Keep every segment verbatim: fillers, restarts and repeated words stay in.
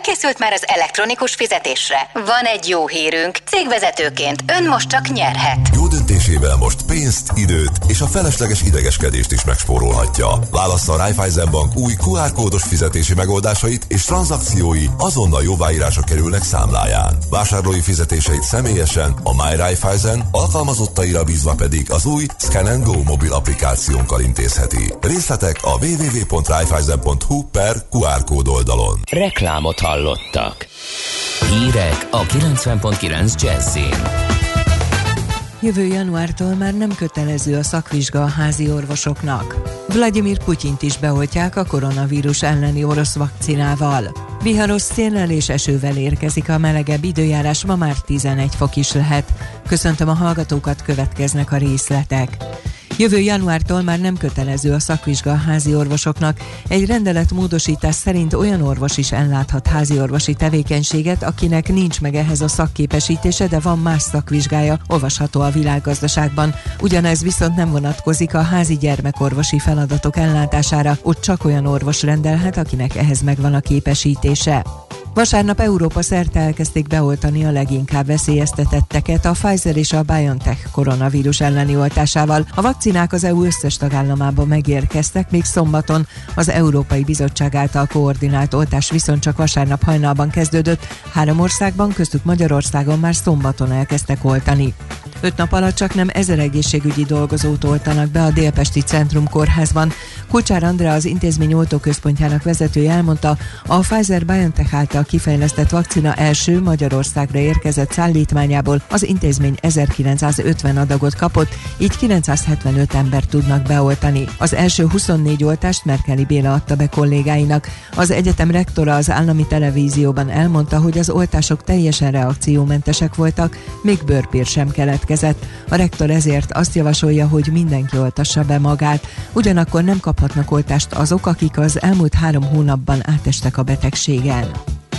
Felkészült már az elektronikus fizetésre? Van egy jó hírünk. Cégvezetőként ön most csak nyerhet. Jó döntésével most pénzt, időt és a felesleges idegeskedést is megspórolhatja. Válassza a Raiffeisen Bank új kú ár kódos fizetési megoldásait, és tranzakciói azonnal jóváírásra kerülnek számláján. Vásárlói fizetéseit személyesen a My Raiffeisen, alkalmazottaira bízva pedig az új Scan and Go mobil applikációnkkal intézheti. Részletek a double-u double-u double-u pont raiffeisen pont hu per kú ár kód oldalon. Reklámot hallottak. Hírek a kilencven pont kilenc Jazzin. Jövő januártól már nem kötelező a szakvizsga a házi orvosoknak. Vladimir Putyint is beoltják a koronavírus elleni orosz vakcinával. Viharos széllel és esővel érkezik a melegebb időjárás, ma már tizenegy fok is lehet. Köszöntöm a hallgatókat, következnek a részletek. Jövő januártól már nem kötelező a szakvizsga a házi orvosoknak. Egy rendeletmódosítás szerint olyan orvos is elláthat házi orvosi tevékenységet, akinek nincs meg ehhez a szakképesítése, de van más szakvizsgája, olvasható a Világgazdaságban. Ugyanez viszont nem vonatkozik a házi gyermekorvosi feladatok ellátására, ott csak olyan orvos rendelhet, akinek ehhez megvan a képesítése. Vasárnap Európa szerte elkezdték beoltani a leginkább veszélyeztetetteket a Pfizer és a BioNTech koronavírus elleni oltásával. A vakcinák az é u összes tagállamában megérkeztek, még szombaton az Európai Bizottság által koordinált oltás viszont csak vasárnap hajnalban kezdődött. Három országban, köztük Magyarországon már szombaton elkezdtek oltani. Öt nap alatt csak nem ezer egészségügyi dolgozót oltanak be a Délpesti Centrum Kórházban. Kulcsár Andrea, az intézmény oltóközpontjának vezetője elmondta, a Pfizer-BioNTech által kifejlesztett vakcina első Magyarországra érkezett szállítmányából az intézmény ezerkilencszázötven adagot kapott, így kilencszázhetvenöt embert tudnak beoltani. Az első huszonnégy oltást Merkeli Béla adta be kollégáinak. Az egyetem rektora az állami televízióban elmondta, hogy az oltások teljesen reakciómentesek voltak, még bőrpír sem keletkezett. A rektor ezért azt javasolja, hogy mindenki oltassa be magát. Ugyanakkor nem kaphatnak oltást azok, akik az elmúlt három hónapban átestek a betegségen.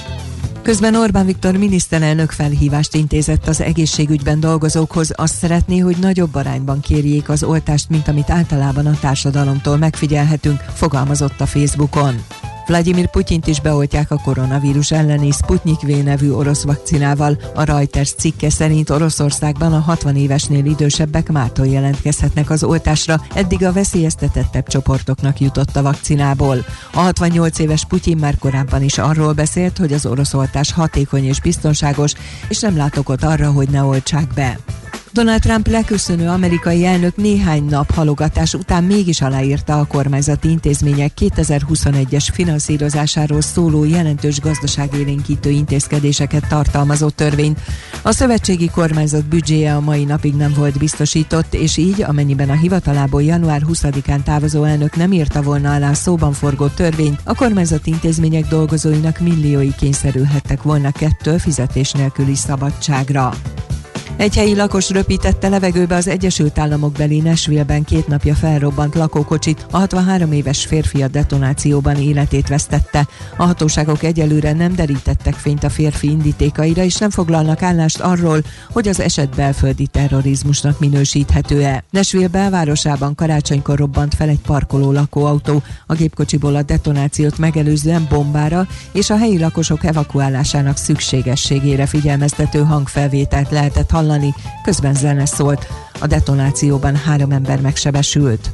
Közben Orbán Viktor miniszterelnök felhívást intézett az egészségügyben dolgozókhoz, azt szeretné, hogy nagyobb arányban kérjék az oltást, mint amit általában a társadalomtól megfigyelhetünk, fogalmazott a Facebookon. Vladimir Putyint is beoltják a koronavírus elleni Sputnik V nevű orosz vakcinával. A Reuters cikke szerint Oroszországban a hatvan évesnél idősebbek mától jelentkezhetnek az oltásra, eddig a veszélyeztetettebb csoportoknak jutott a vakcinából. A hatvannyolc éves Putyin már korábban is arról beszélt, hogy az orosz oltás hatékony és biztonságos, és nem lát okot arra, hogy ne oltsák be. Donald Trump leköszönő amerikai elnök néhány nap halogatás után mégis aláírta a kormányzati intézmények kétezer-huszonegyes finanszírozásáról szóló jelentős gazdaságélénkítő intézkedéseket tartalmazó törvényt. A szövetségi kormányzat büdzséje a mai napig nem volt biztosított, és így, amennyiben a hivatalából január huszadikán távozó elnök nem írta volna alá szóban forgó törvényt, a kormányzati intézmények dolgozóinak milliói kényszerülhettek volna kettő fizetés nélküli szabadságra. Egy helyi lakos röpítette levegőbe az Egyesült Államok beli Nashville-ben két napja felrobbant lakókocsit, a hatvanhárom éves férfi a detonációban életét vesztette. A hatóságok egyelőre nem derítettek fényt a férfi indítékaira, és nem foglalnak állást arról, hogy az eset belföldi terrorizmusnak minősíthető-e. Nashville belvárosában karácsonykor robbant fel egy parkoló lakóautó, a gépkocsiból a detonációt megelőzően bombára és a helyi lakosok evakuálásának szükségességére figyelmeztető hangfelvételt lehetett hallani, közben zene szólt. A detonációban három ember megsebesült.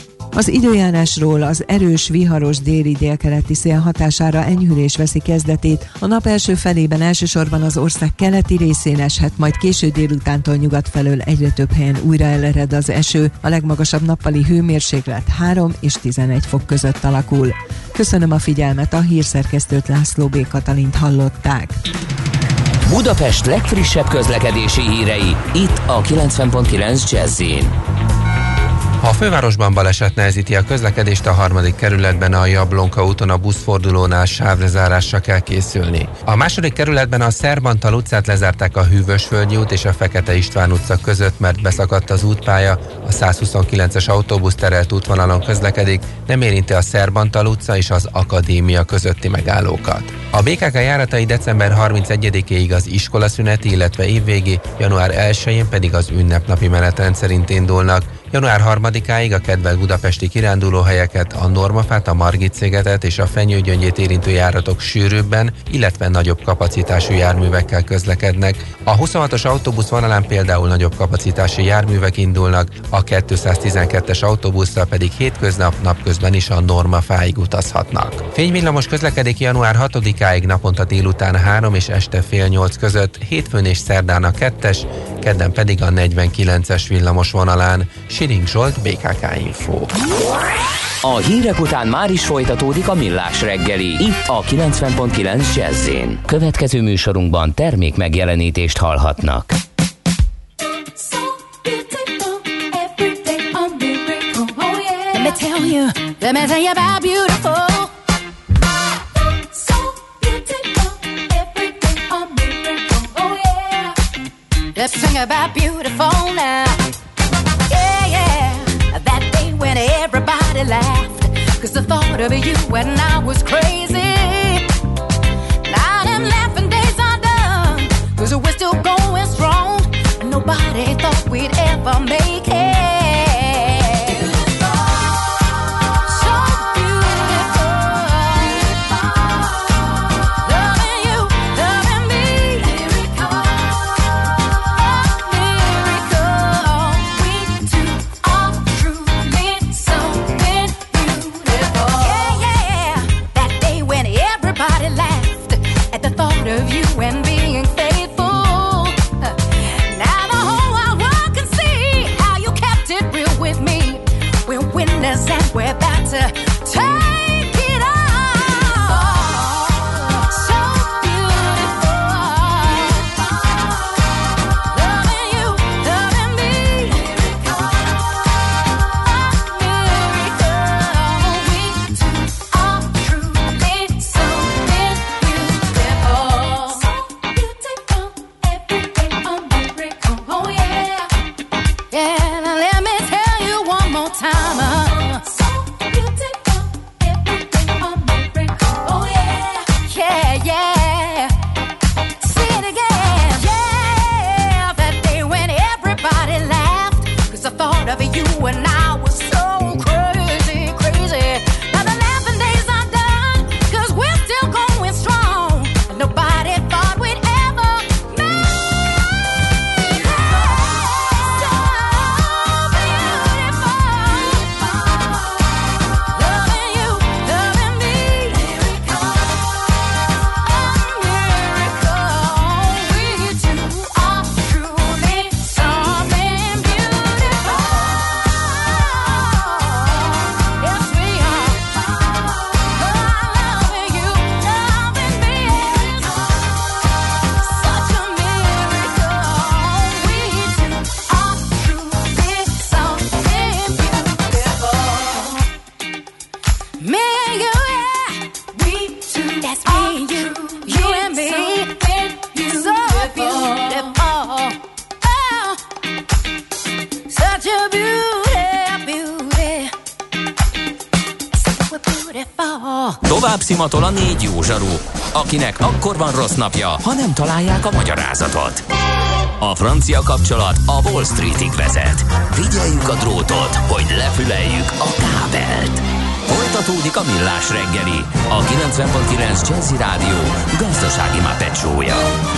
Az időjárásról: az erős, viharos déli délkeleti szél hatására enyhülés veszi kezdetét. A nap első felében elsősorban az ország keleti részén eshet, majd késő délutántól nyugat felől egyre több helyen újra elered az eső. A legmagasabb nappali hőmérséklet három és tizenegy fok között alakul. Köszönöm a figyelmet, a hírszerkesztőt, László B. Katalint hallották. Budapest legfrissebb közlekedési hírei, itt a kilencven pont kilenc Jazzin. A fővárosban baleset nehezíti a közlekedést, a harmadik kerületben a Jablonka úton a buszfordulónál sávrezárásra kell készülni. A második kerületben a Szerbantal utcát lezárták a Hűvösvölgyi út és a Fekete István utca között, mert beszakadt az útpálya. A százhuszonkilences autóbusz terelt útvonalon közlekedik, nem érinti a Szerbantal utca és az Akadémia közötti megállókat. A bé ká ká járatai december harmincegyedikéig az iskolaszüneti, illetve évvégi, január elsején pedig az ünnepnapi menetrend szerint indulnak. január harmadikáig a kedvelt budapesti kirándulóhelyeket, a Normafát, a Margit-szigetet és a Fenyőgyöngyét érintő járatok sűrűbben, illetve nagyobb kapacitású járművekkel közlekednek. A huszonhatos autóbusz vonalán például nagyobb kapacitású járművek indulnak, a kétszáztizenkettes autóbusszal pedig hétköznap napközben is a Normafáig utazhatnak. Fényvillamos közlekedik január hatodikáig naponta délután három és este fél nyolc között, hétfőn és szerdán a kettes, kedden pedig a negyvenkilences villamos vonalán. Siring Zsolt, bé ká ká Info. A hírek után már is folytatódik a Millás reggeli, itt a kilencven pont kilenc Jazz-én. Következő műsorunkban termék megjelenítést hallhatnak. Let me tell you, let me tell you about beautiful. Let's sing about beautiful now. Yeah, yeah. That day when everybody laughed, 'cause the thought of you and I was crazy. Now them laughing days are done, 'cause we're still going strong. Nobody thought we'd ever make it. Of you and being faithful. Now the whole wide world can see how you kept it real with me. We're winners and we're about to take it all. So beautiful. Loving you, loving me. A miracle. We two are truly something beautiful. Of you and I was so crazy, crazy. Now the laughing days are done, 'cause we're still going strong. And nobody thought we'd ever make it. So beautiful. Loving you, loving me. A miracle. We two are truly something beautiful. Tovább szimatol a négy jó zsaru, akinek akkor van rossz napja, ha nem találják a magyarázatot. A francia kapcsolat a Wall Streetig vezet. Figyeljük a drótot, hogy lefüleljük a kábelt. Folytatódik a Millás reggeli, a kilencven pont kilenc Jazzy Rádió gazdasági mápecsója.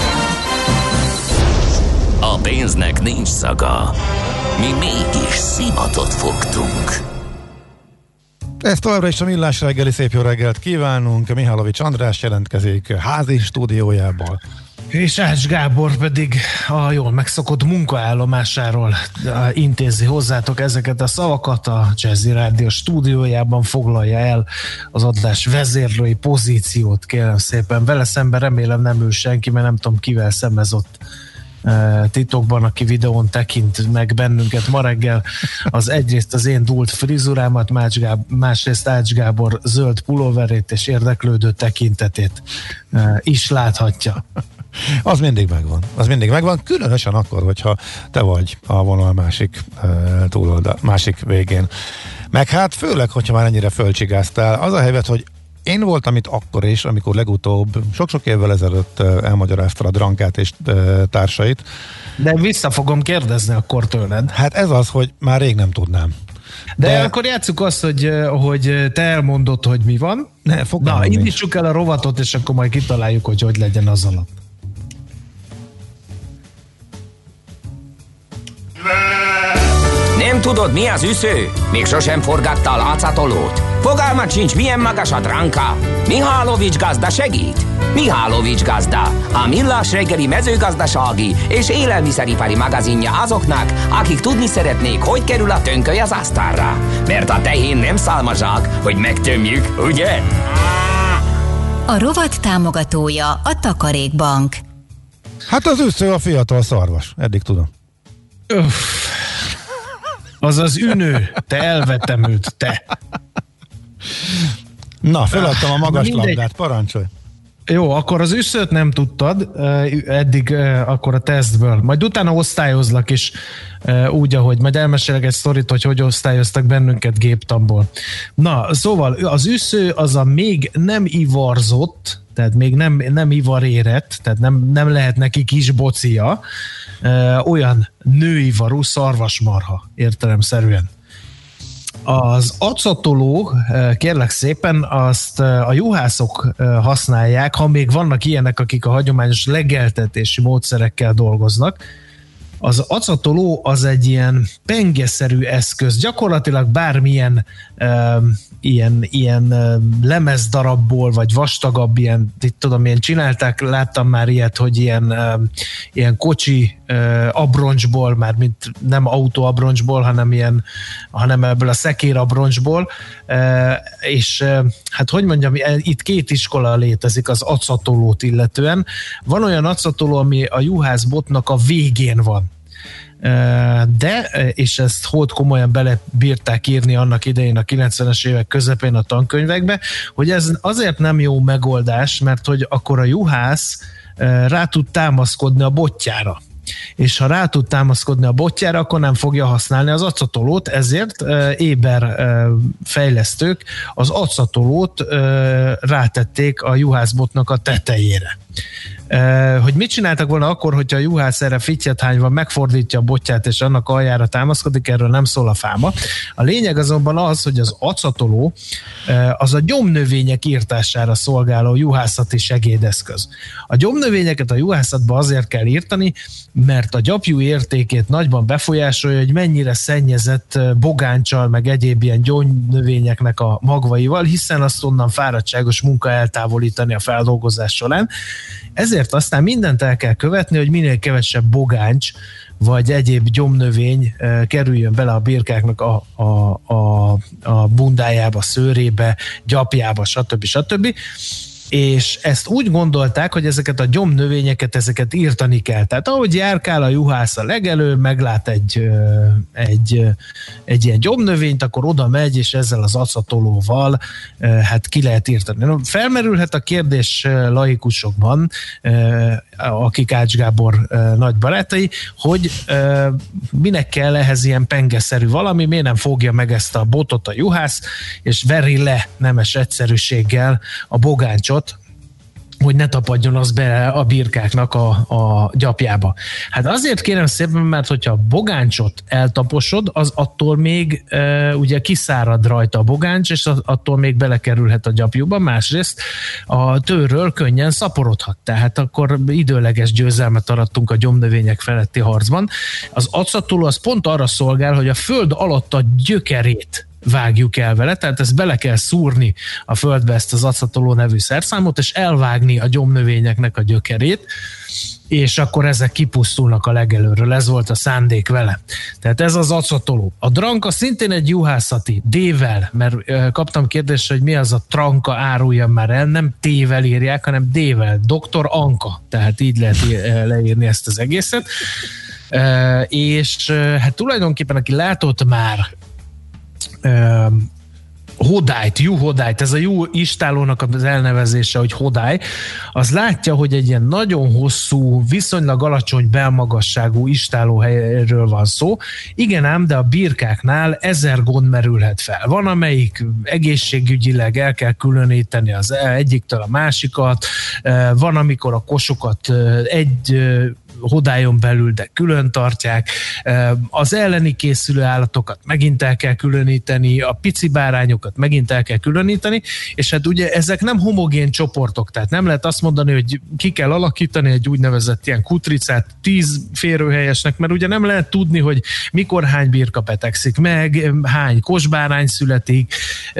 A pénznek nincs szaga. Mi mégis szimatot fogtunk. Ez továbbra is a Millás reggeli, szép jó reggelt kívánunk. Mihálovics András jelentkezik házi stúdiójából. És Ács Gábor pedig a jól megszokott munkaállomásáról intézi hozzátok ezeket a szavakat. A Jazzy Rádió stúdiójában foglalja el az adás vezérlői pozíciót, kérem szépen. Vele szemben remélem nem ül senki, mert nem tudom kivel szemezott titokban, aki videón tekint meg bennünket ma reggel. Az egyrészt az én dúlt frizurámat, másrészt Ács Gábor zöld pulóverét és érdeklődő tekintetét is láthatja. Az mindig megvan. Az mindig megvan, különösen akkor, hogyha te vagy a vonal másik túloldal, másik végén. Meg hát főleg, hogyha már ennyire fölcsigáztál, az a helyzet, hogy én voltam itt akkor is, amikor legutóbb sok-sok évvel ezelőtt elmagyarázta a Drankát és társait. De vissza fogom kérdezni akkor tőled. Hát ez az, hogy már rég nem tudnám. De, De akkor játsszuk azt, hogy, hogy te elmondod, hogy mi van. Ne, Na, indítsuk el a rovatot, és akkor majd kitaláljuk, hogy hogy legyen az alatt. Nem tudod, mi az üsző? Még sosem forgatta a látszatolót? Fogalmat sincs, milyen magas a dránka? Mihálovics gazda segít? Mihálovics gazda, a millás reggeli mezőgazdasági és élelmiszeripari magazinja azoknak, akik tudni szeretnék, hogy kerül a tönköly az asztalra. Mert a tehén nem szálmazsák, hogy megtömjük, ugye? A rovat támogatója a Takarékbank. Hát az üsző a fiatal szarvas, eddig tudom. Öff. Az az ünő, te elvetemült, te. Na, feladtam a magas labdát, parancsolj. Jó, akkor az üszőt nem tudtad, eddig akkor a tesztből. Majd utána osztályozlak is úgy, ahogy majd elmesélek egy sztorit, hogy hogy osztályoztak bennünket géptamból. Na, szóval az üsző az a még nem ivarzott, tehát még nem, nem ivarérett, tehát nem, nem lehet neki kis bocia, olyan nőivarú szarvasmarha értelemszerűen. Az acatoló, kérlek szépen, azt a juhászok használják, ha még vannak ilyenek, akik a hagyományos legeltetési módszerekkel dolgoznak. Az acatoló az egy ilyen pengeszerű eszköz, gyakorlatilag bármilyen um, ilyen, ilyen um, lemezdarabból, vagy vastagabb, ilyen, itt tudom, ilyen csinálták, láttam már ilyet, hogy ilyen, um, ilyen kocsi uh, abroncsból, már mint nem autó abroncsból, hanem, ilyen, hanem ebből a szekér abroncsból, uh, és uh, hát hogy mondjam, itt két iskola létezik az acatolót illetően. Van olyan acatoló, ami a juhászbotnak a végén van. De, és ezt hód komolyan belebírták írni annak idején a kilencvenes évek közepén a tankönyvekbe, hogy ez azért nem jó megoldás, mert hogy akkor a juhász rá tud támaszkodni a botjára. És ha rá tud támaszkodni a botjára, akkor nem fogja használni az acatolót, ezért éber fejlesztők az acatolót rátették a juhászbotnak a tetejére. Hogy mit csináltak volna akkor, hogyha a juhász erre fittyet hányva megfordítja a botját és annak aljára támaszkodik, erről nem szól a fáma. A lényeg azonban az, hogy az acatoló az a gyomnövények írtására szolgáló juhászati segédeszköz. A gyomnövényeket a juhászatban azért kell írtani, mert a gyapjú értékét nagyban befolyásolja, hogy mennyire szennyezett bogáncsal, meg egyéb ilyen gyomnövényeknek a magvaival, hiszen azt onnan fáradtságos munka eltávolítani a feldolgozás során. Ezért aztán mindent el kell követni, hogy minél kevesebb bogáncs vagy egyéb gyomnövény kerüljön bele a birkáknak a, a, a, a bundájába, szőrébe, gyapjába, stb. stb. És ezt úgy gondolták, hogy ezeket a gyomnövényeket, ezeket írtani kell. Tehát ahogy járkál a juhász a legelő, meglát egy, egy, egy ilyen gyomnövényt, akkor oda megy, és ezzel az acatolóval hát ki lehet írtani. Felmerülhet a kérdés laikusokban, akik Ács Gábor nagy barátai, hogy minek kell ehhez ilyen pengeszerű valami, miért nem fogja meg ezt a botot a juhász, és veri le nemes egyszerűséggel a bogáncsot, hogy ne tapadjon az be a birkáknak a, a gyapjába. Hát azért kérem szépen, mert hogyha a bogáncsot eltaposod, az attól még e, ugye kiszárad rajta a bogáncs, és attól még belekerülhet a gyapjúba, másrészt a tőről könnyen szaporodhat. Tehát akkor időleges győzelmet arattunk a gyomnövények feletti harcban. Az acatoló az pont arra szolgál, hogy a föld alatt a gyökerét vágjuk el vele, tehát ezt bele kell szúrni a földbe, ezt az acatoló nevű szerszámot, és elvágni a gyomnövényeknek a gyökerét, és akkor ezek kipusztulnak a legelőről. Ez volt a szándék vele. Tehát ez az acatoló. A dranka szintén egy juhászati, D-vel, mert kaptam kérdést, hogy mi az a tranka, áruljam már el, nem T-vel írják, hanem D-vel. doktor Anka. Tehát így lehet leírni ezt az egészet. És hát tulajdonképpen, aki látott már Hodályt, juhodályt, ez a jú istállónak az elnevezése, hogy hodály, az látja, hogy egy ilyen nagyon hosszú, viszonylag alacsony belmagasságú istállóhelyről van szó. Igen ám, de a birkáknál ezer gond merülhet fel. Van, amelyik egészségügyileg el kell különíteni az egyiktől a másikat, van, amikor a kosokat egy hodályon belül, de külön tartják. Az elleni készülő állatokat megint el kell különíteni, a pici bárányokat megint el kell különíteni, és hát ugye ezek nem homogén csoportok, tehát nem lehet azt mondani, hogy ki kell alakítani egy úgynevezett ilyen kutricát tíz férőhelyesnek, mert ugye nem lehet tudni, hogy mikor hány birka betegszik meg, hány kosbárány születik,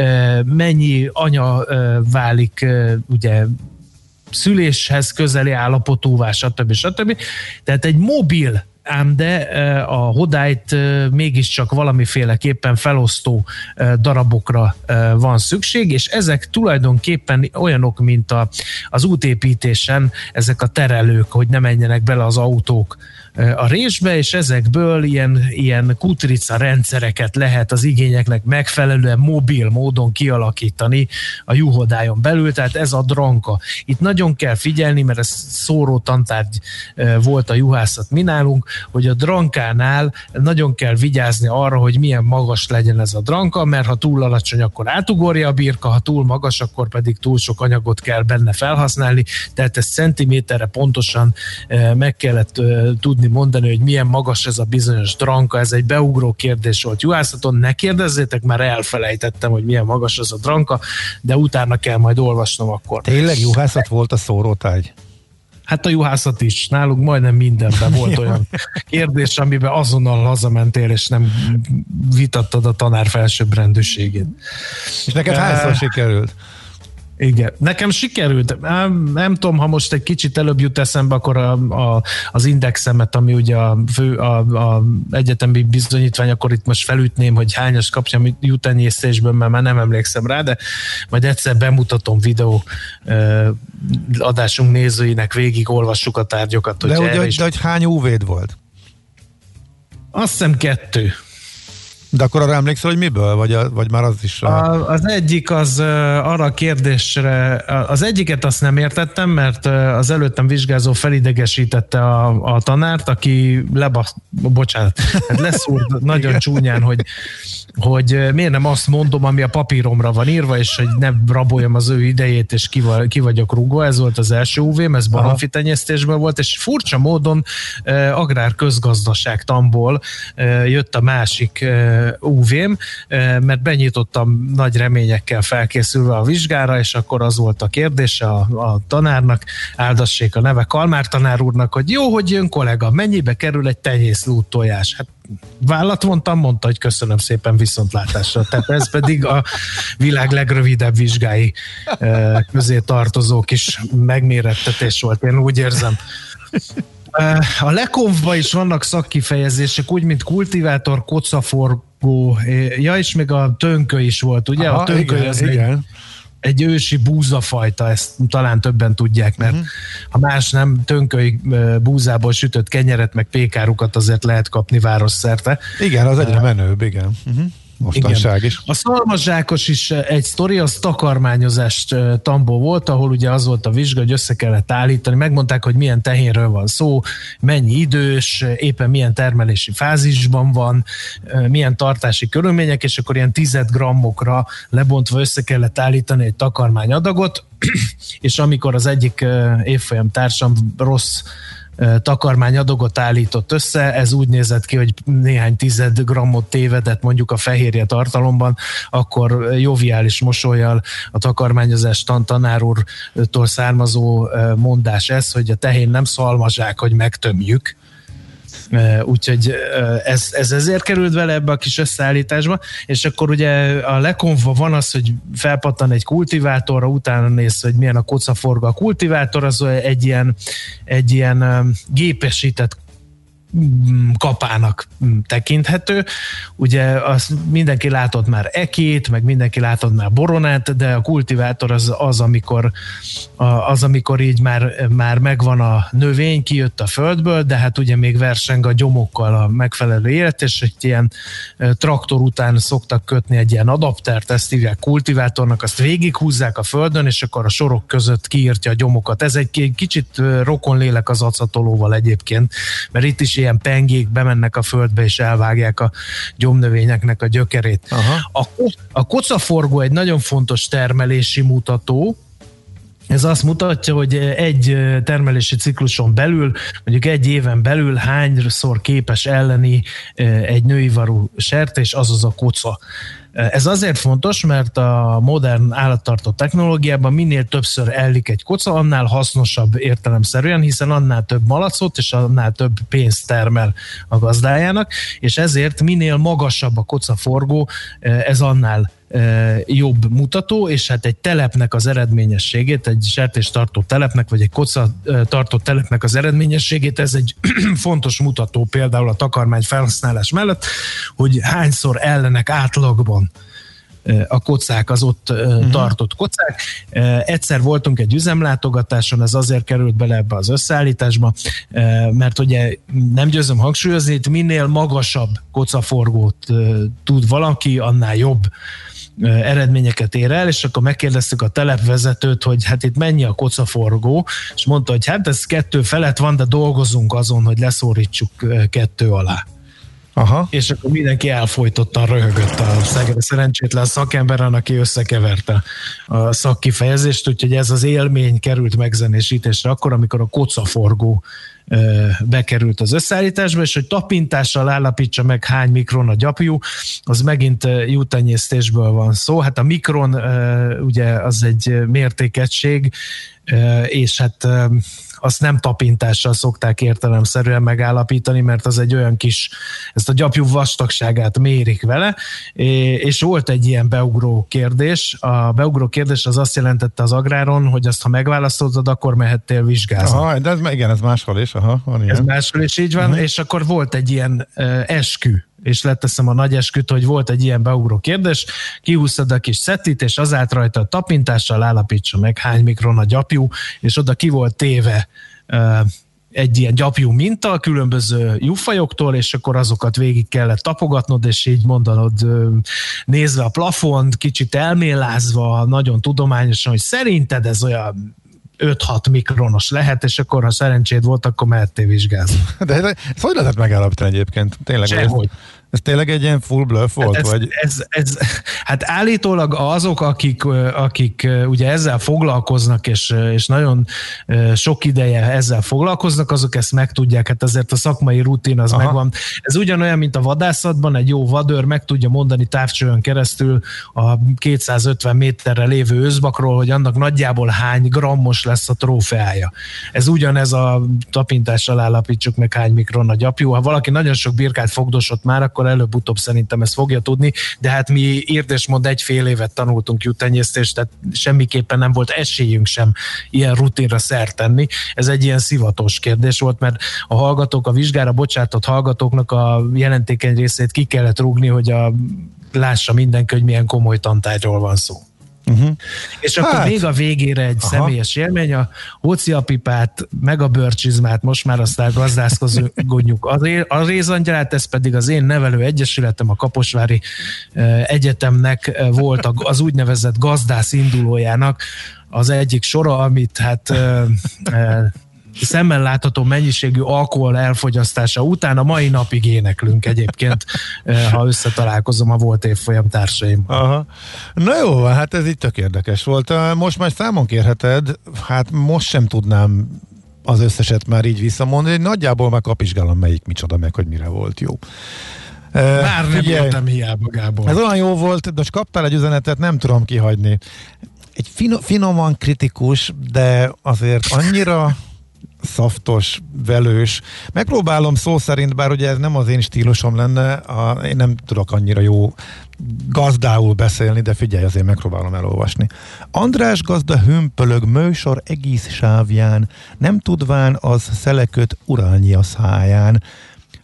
mennyi anya válik ugye szüléshez közeli állapotúvá, stb. stb. Tehát egy mobil, ám de a hodályt mégiscsak valamiféleképpen felosztó darabokra van szükség, és ezek tulajdonképpen olyanok, mint a, az útépítésen ezek a terelők, hogy ne menjenek bele az autók a résbe, és ezekből ilyen, ilyen kutrica rendszereket lehet az igényeknek megfelelően mobil módon kialakítani a juhodályon belül, tehát ez a dranka. Itt nagyon kell figyelni, mert ez szóró tantárgy volt a juhászat mi nálunk, hogy a drankánál nagyon kell vigyázni arra, hogy milyen magas legyen ez a dranka, mert ha túl alacsony, akkor átugorja a birka, ha túl magas, akkor pedig túl sok anyagot kell benne felhasználni, tehát ezt centiméterre pontosan meg kellett tudni mondani, hogy milyen magas ez a bizonyos dranka, ez egy beugró kérdés volt juhászaton, ne kérdezzétek, már elfelejtettem, hogy milyen magas ez a dranka, de utána kell majd olvasnom akkor. Tényleg juhászat volt a szórótárgy? Hát a juhászat is. Nálunk majdnem mindenben volt olyan kérdés, amiben azonnal hazamentél, és nem vitattad a tanár felsőbbrendűségét. És neked hányszor sikerült? Igen, nekem sikerült. Nem, nem tudom, ha most egy kicsit előbb jut eszembe, akkor a, a, az indexemet, ami ugye a, fő, a, a egyetemi bizonyítvány, akkor itt most felütném, hogy hányas kapjam jutenyésztésből, mert már nem emlékszem rá, de majd egyszer bemutatom videó uh, adásunk nézőinek, végig olvassuk a tárgyokat. De, hogy, is... de hogy hány ú véd volt? Azt hiszem kettő. De akkor arra emlékszel, hogy miből? Vagy, a, vagy már az is? A... A, az egyik az uh, arra a kérdésre, az egyiket azt nem értettem, mert uh, az előttem vizsgázó felidegesítette a, a tanárt, aki leba, bocsánat, hát leszúrt nagyon csúnyán, hogy, hogy miért nem azt mondom, ami a papíromra van írva, és hogy ne raboljam az ő idejét, és ki, ki vagyok rúgva. Ez volt az első ú vém, ez baromfi tenyésztésben volt, és furcsa módon uh, agrárközgazdaságtanból uh, jött a másik uh, ú vém, mert benyitottam nagy reményekkel felkészülve a vizsgára, és akkor az volt a kérdés a, a tanárnak, áldassék a neve, Kalmár tanár úrnak, hogy jó, hogy jön kollega, mennyibe kerül egy tenyészlút tojás? Hát vállat vontam, mondta, hogy köszönöm szépen, viszontlátásra. Tehát ez pedig a világ legrövidebb vizsgái közé tartozó kis megmérettetés volt, én úgy érzem. A Lekonfban is vannak szakkifejezések, úgy, mint kultivátor, kocaforgó, ja, és még a tönkö is volt, ugye? Aha, a tönkö igen, az igen. Egy, egy ősi búzafajta, ezt talán többen tudják, mert uh-huh. ha más nem, tönköi búzából sütött kenyeret, meg pékárukat azért lehet kapni városszerte. Igen, az egyre menőbb, igen. Uh-huh. Mostanság is. A szalmazsákos is egy sztori, az takarmányozást tamból volt, ahol ugye az volt a vizsga, hogy össze kellett állítani, megmondták, hogy milyen tehénről van szó, mennyi idős, éppen milyen termelési fázisban van, milyen tartási körülmények, és akkor ilyen tized grammokra lebontva össze kellett állítani egy takarmányadagot, és amikor az egyik évfolyam társam rossz takarmányadagot állított össze, ez úgy nézett ki, hogy néhány tized grammot tévedett mondjuk a fehérje tartalomban, akkor joviális mosollyal a takarmányozás tanár úrtól származó mondás ez, hogy a tehén nem szalmazsák, hogy megtömjük. Úgyhogy ez, ez ezért került vele ebbe a kis összeállításba, és akkor ugye a Lekonfban van az, hogy felpattan egy kultivátorra, utána néz, hogy milyen a kocaforga. A kultivátor az egy ilyen, egy ilyen gépesített kapának tekinthető. Ugye az mindenki látott már ekét, meg mindenki látott már boronát, de a kultivátor az, az amikor az, amikor így már, már megvan a növény, kijött a földből, de hát ugye még verseng a gyomokkal a megfelelő élet, és egy ilyen traktor után szoktak kötni egy ilyen adaptert, ezt hívják kultivátornak, azt végighúzzák a földön, és akkor a sorok között kiírtja a gyomokat. Ez egy kicsit rokonlélek az acatolóval egyébként, mert itt is ilyen pengék bemennek a földbe, és elvágják a gyomnövényeknek a gyökerét. Aha. A, a kocaforgó egy nagyon fontos termelési mutató. Ez azt mutatja, hogy egy termelési cikluson belül, mondjuk egy éven belül hányszor képes elleni egy nőivarú sertés, azaz a koca. Ez azért fontos, mert a modern állattartó technológiában minél többször ellik egy koca, annál hasznosabb értelemszerűen, hiszen annál több malacot és annál több pénzt termel a gazdájának, és ezért minél magasabb a kocaforgó, ez annál jobb mutató, és hát egy telepnek az eredményességét, egy sertéstartó telepnek, vagy egy koca tartó telepnek az eredményességét, ez egy fontos mutató például a takarmány felhasználás mellett, hogy hányszor ellenek átlagban a kocák, az ott uh-huh. tartott kocák. Egyszer voltunk egy üzemlátogatáson, ez azért került bele ebbe az összeállításba, mert ugye nem győzöm hangsúlyozni, itt minél magasabb kocaforgót tud valaki, annál jobb eredményeket ér el, és akkor megkérdeztük a telepvezetőt, hogy hát itt mennyi a kocaforgó, és mondta, hogy hát ez kettő felett van, de dolgozunk azon, hogy leszórítsuk kettő alá. Aha. És akkor mindenki elfojtottan röhögött a szerencsétlen szakemberen, aki összekeverte a szakkifejezést, úgyhogy ez az élmény került megzenésítésre akkor, amikor a kocaforgó bekerült az összeállításba, és hogy tapintással állapítsa meg hány mikron a gyapjú, az megint juhtenyésztésből van szó. Hát a mikron ugye az egy mértékegység, és hát azt nem tapintással szokták értelemszerűen megállapítani, mert az egy olyan kis, ezt a gyapjú vastagságát mérik vele, és volt egy ilyen beugró kérdés. A beugró kérdés az azt jelentette az agráron, hogy azt, ha megválasztottad, akkor mehettél vizsgázni. Aha, de ez, igen, ez máshol is. Aha, van ilyen. Ez máshol is így van, uh-huh. És akkor volt egy ilyen uh, eskü, és leteszem a nagy esküt, hogy volt egy ilyen beugró kérdés, kihúztad a kis szettit, és az állt rajta a tapintással állapítsa meg, hány mikron a gyapjú, és oda ki volt téve uh, egy ilyen gyapjú minta a különböző juhfajoktól, és akkor azokat végig kellett tapogatnod, és így mondanod, uh, nézve a plafont, kicsit elmélázva, nagyon tudományosan, hogy szerinted ez olyan öt-hat mikronos lehet, és akkor ha szerencséd volt, akkor mehettél vizsgázni. De ez, ez hogy lehetett megállapítani egyébként? Tényleg, ez, ez tényleg egy ilyen full bluff volt? Hát ez, vagy? Ez, ez, hát állítólag azok, akik, akik ugye ezzel foglalkoznak, és, és nagyon sok ideje ezzel foglalkoznak, azok ezt megtudják, hát azért a szakmai rutin az Aha. megvan. Ez ugyanolyan, mint a vadászatban, egy jó vadőr meg tudja mondani távcsőn keresztül a kétszázötven méterre lévő őszbakról, hogy annak nagyjából hány grammos lesz a trófeája. Ez ugyanez a tapintással állapítsuk meg, hány mikron a gyapjú. Ha valaki nagyon sok birkát fogdosott már, akkor előbb-utóbb szerintem ezt fogja tudni, de hát mi írd és mond egy fél évet tanultunk juhtenyésztést, tehát semmiképpen nem volt esélyünk sem ilyen rutinra szert tenni. Ez egy ilyen szivatos kérdés volt, mert a hallgatók, a vizsgára bocsátott hallgatóknak a jelentékeny részét ki kellett rúgni, hogy a, lássa mindenki, hogy milyen komoly tantárgyról van szó. Uh-huh. És akkor hát. még a végére egy Aha. személyes élmény, a hóciapipát, meg a bőrcsizmát, most már aztán gazdálkodjuk a rézangyalát, ez pedig az én nevelő egyesületem, a Kaposvári Egyetemnek volt az úgynevezett gazdász indulójának az egyik sora, amit hát szemmel látható mennyiségű alkohol elfogyasztása után a mai napig éneklünk egyébként, ha összetalálkozom a volt évfolyam társaim. Aha. Na jó, hát ez így tök érdekes volt. Most már számon kérheted, hát most sem tudnám az összeset már így visszamondani, nagyjából már kapizsgálom, melyik micsoda meg, hogy mire volt jó. Már nem értem hiába, Gábor. Ez olyan jó volt, de most kaptál egy üzenetet, nem tudom kihagyni. Egy fin- finoman kritikus, de azért annyira szaftos, velős. Megpróbálom szó szerint, bár ugye ez nem az én stílusom lenne, a, én nem tudok annyira jó gazdául beszélni, de figyelj, azért megpróbálom elolvasni. András gazda hömpölög mősor egész sávján, nem tudván az szeleköt uralni a száján.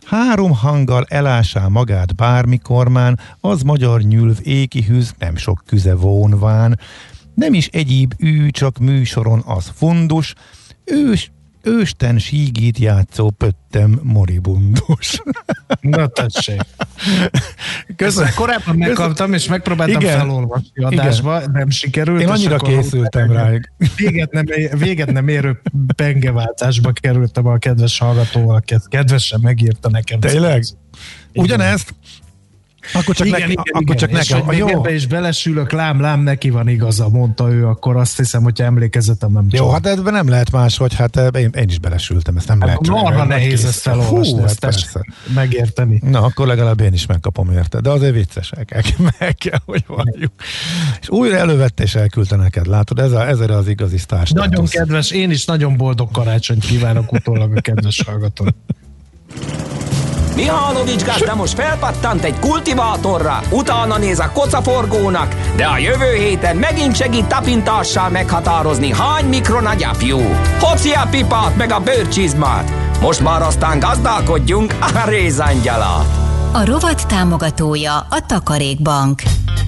Három hanggal elásá magát bármikormán, az magyar nyülv ékihűz, nem sok küze vonván. Nem is egyéb ű, csak műsoron az fundus, ős, ősten sígít játszó pöttem moribundus. Na tessék. Köszönöm. Korábban megkaptam, és megpróbáltam igen, felolvasni adásba, igen. Nem sikerült. Én annyira készültem rá. Véget nem, véget nem érő pengeváltásba kerültem a kedves hallgatóval, kedvesen megírta nekem. Tényleg? Ugyanezt? Akkor csak, igen, ne, igen, akkor igen. csak és nekem. Hogy még ebbe is belesülök, lám, lám, neki van igaza, mondta ő, akkor azt hiszem, hogyha emlékezetem nem Jó, csor. hát ebben nem lehet más, hogy hát én, én is belesültem, ezt nem hát lehet. Marha nehéz ezt felolvasni, Hú, ezt hát megérteni. Na, akkor legalább én is megkapom érte, de azért vicces, el kell, meg kell, hogy valljuk. És újra elővette és elküldte neked, látod, ez, a, ez az igazi sztár. Nagyon kedves, én is nagyon boldog karácsonyt kívánok utólag a kedves hallgatón. Mihálovics gazda most felpattant egy kultivátorra, utána néz a kocaforgónak, de a jövő héten megint segít tapintással meghatározni, hány mikron a gyapjú. Hoci a pipát meg a bőrcsizmát. Most már aztán gazdálkodjunk a rézangyala. A rovat támogatója a Takarékbank.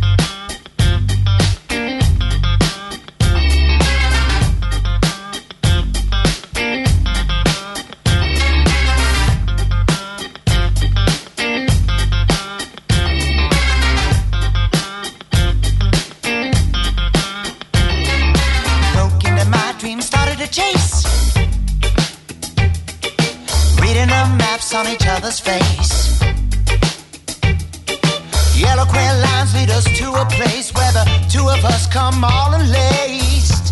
On each other's face, yellow crayon lines lead us to a place where the two of us come all unlaced.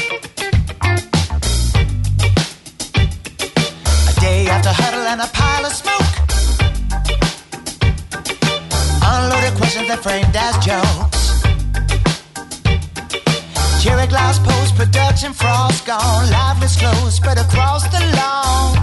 A day after huddle and a pile of smoke, unloaded questions that framed as jokes. Cherry glass post production frost gone, lifeless clothes spread across the lawn.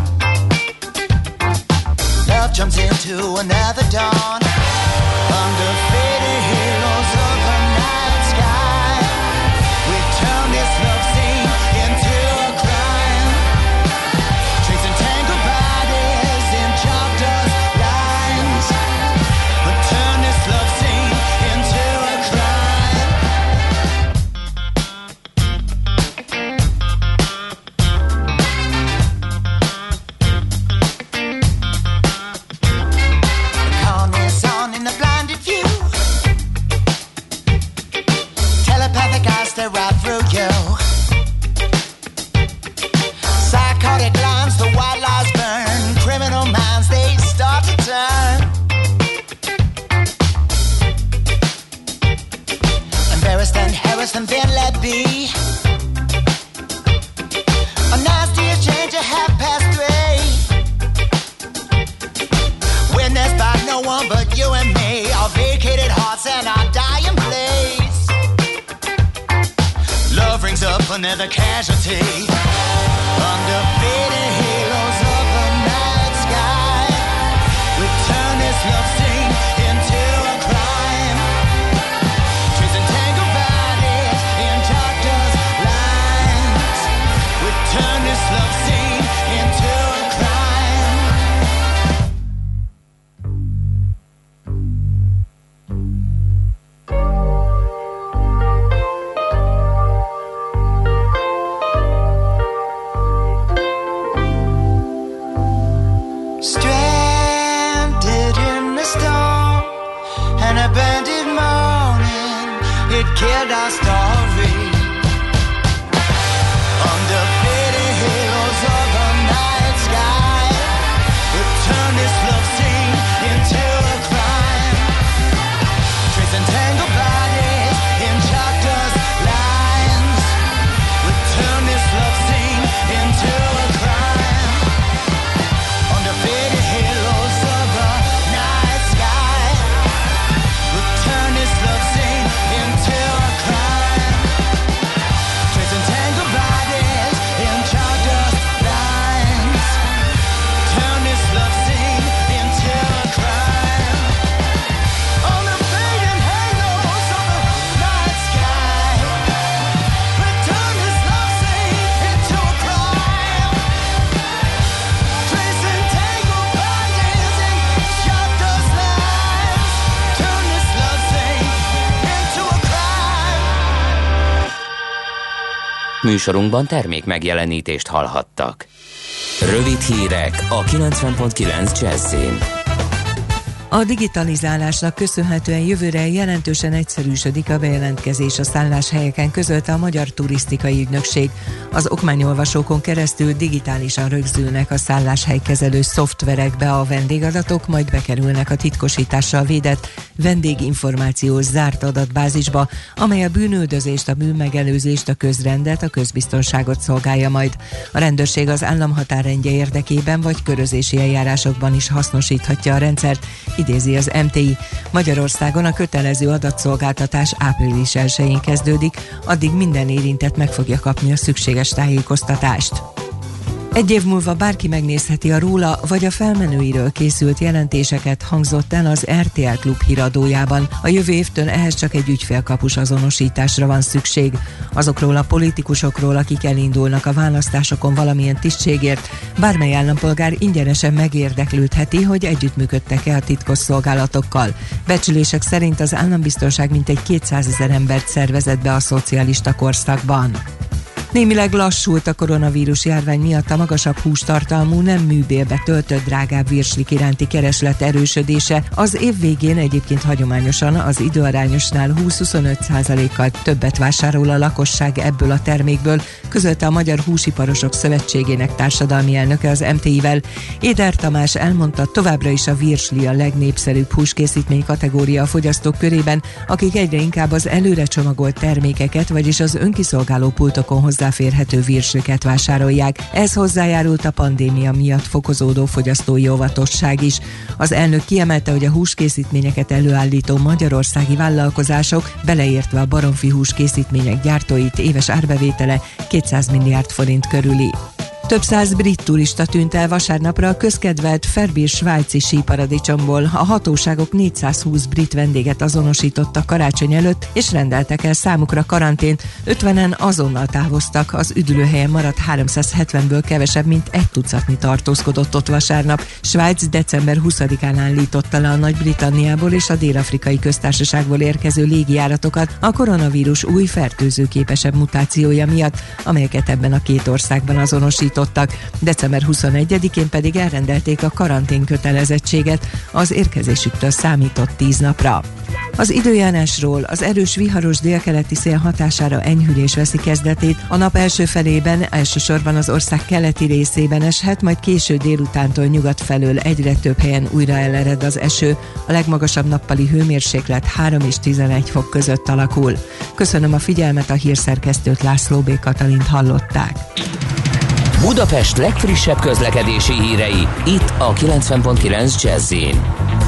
Love jumps into another dawn under faded halos of the night sky. We turn this love scene into a crime, tracing tangled bodies in chalk dust lines. We turn this love scene into a crime. Right through you. Psychotic lines, the white lies burn. Criminal minds, they start to turn. Embarrassed and harassed and then let be. A nasty exchange at half past three. Witnessed by no one but you and me. Our vacated hearts and our dying place. Love rings up another casualty under faded halos of the night sky. We turn this love scene into a crime, tracing tangled bodies in chalk dust lines. We turn this love scene into a crime. Killed our story under faded halos of the night sky. We turn this love scene into a crime, tracing tangled bodies in chalk dust lines. We turn this love scene into a crime under faded halos of the night sky. We turn this love scene into a crime. Műsorunkban termék megjelenítést hallhattak. Rövid hírek a kilencven pont kilenc Jazzyn. A digitalizálásnak köszönhetően jövőre jelentősen egyszerűsödik a bejelentkezés a szálláshelyeken, közölte a Magyar Turisztikai Ügynökség. Az okmányolvasókon keresztül digitálisan rögzülnek a szálláshelykezelő szoftverekbe a vendégadatok, majd bekerülnek a titkosítással védett vendéginformációs zárt adatbázisba, amely a bűnüldözést, a bűnmegelőzést, a közrendet, a közbiztonságot szolgálja majd. A rendőrség az állam határrendje érdekében vagy körözési eljárásokban is hasznosíthatja a rendszert, idézi az em té i. Magyarországon a kötelező adatszolgáltatás április elsején kezdődik, addig minden érintett meg fogja kapni a szükséges tájékoztatást. Egy év múlva bárki megnézheti a róla vagy a felmenőiről készült jelentéseket, hangzott el az er té el Klub híradójában. A jövő évtől ehhez csak egy ügyfélkapus azonosításra van szükség. Azokról a politikusokról, akik elindulnak a választásokon valamilyen tisztségért, bármely állampolgár ingyenesen megérdeklődheti, hogy együttműködtek-e a titkosszolgálatokkal. Becslések szerint az állambiztonság mintegy kétszázezer embert szervezett be a szocialista korszakban. Némileg lassult a koronavírus járvány miatt a magasabb hústartalmú, nem műbélbe töltött drágább virslik iránti kereslet erősödése. Az év végén egyébként hagyományosan az időarányosnál húsz-huszonöt százalékkal többet vásárol a lakosság ebből a termékből, közölte a Magyar Húsiparosok Szövetségének társadalmi elnöke az em té i-vel. Éder Tamás elmondta, továbbra is a virsli a legnépszerűbb húskészítmény kategória a fogyasztók körében, akik egyre inkább az előre csomagolt termékeket, vagyis az önkiszolgáló pultokon hozzáférhető virsliket vásárolják. Ez hozzájárult a pandémia miatt fokozódó fogyasztói óvatosság is. Az elnök kiemelte, hogy a húskészítményeket előállító magyarországi vállalkozások, beleértve a baromfi húskészítmények gyártóit, éves árbevétele kétszáz milliárd forint körüli. Több száz brit turista tűnt el vasárnapra a közkedvelt Ferbier svájci síparadicsomból. A hatóságok négyszázhúsz brit vendéget azonosítottak karácsony előtt, és rendeltek el számukra karantént. ötvenen azonnal távoztak, az üdülőhelyen maradt háromszázhetvenből kevesebb, mint egy tucatnyi tartózkodott ott vasárnap. Svájc december huszadikán állította le a Nagy-Britanniából és a Dél-Afrikai Köztársaságból érkező légijáratokat a koronavírus új fertőzőképesebb mutációja miatt, amelyeket ebben a két országban azonosított. december huszonegyedikén pedig elrendelték a karantén kötelezettséget az érkezésüktől számított tíz napra. Az időjárásról: az erős viharos délkeleti szél hatására enyhülés veszi kezdetét. A nap első felében elsősorban az ország keleti részében eshet, majd késő délutántól nyugat felől egyre több helyen újra elered az eső. A legmagasabb nappali hőmérséklet három és tizenegy fok között alakul. Köszönöm a figyelmet, a hírszerkesztőt, László B. Katalint hallották. Budapest legfrissebb közlekedési hírei, itt a kilencven pont kilenc Jazzyn.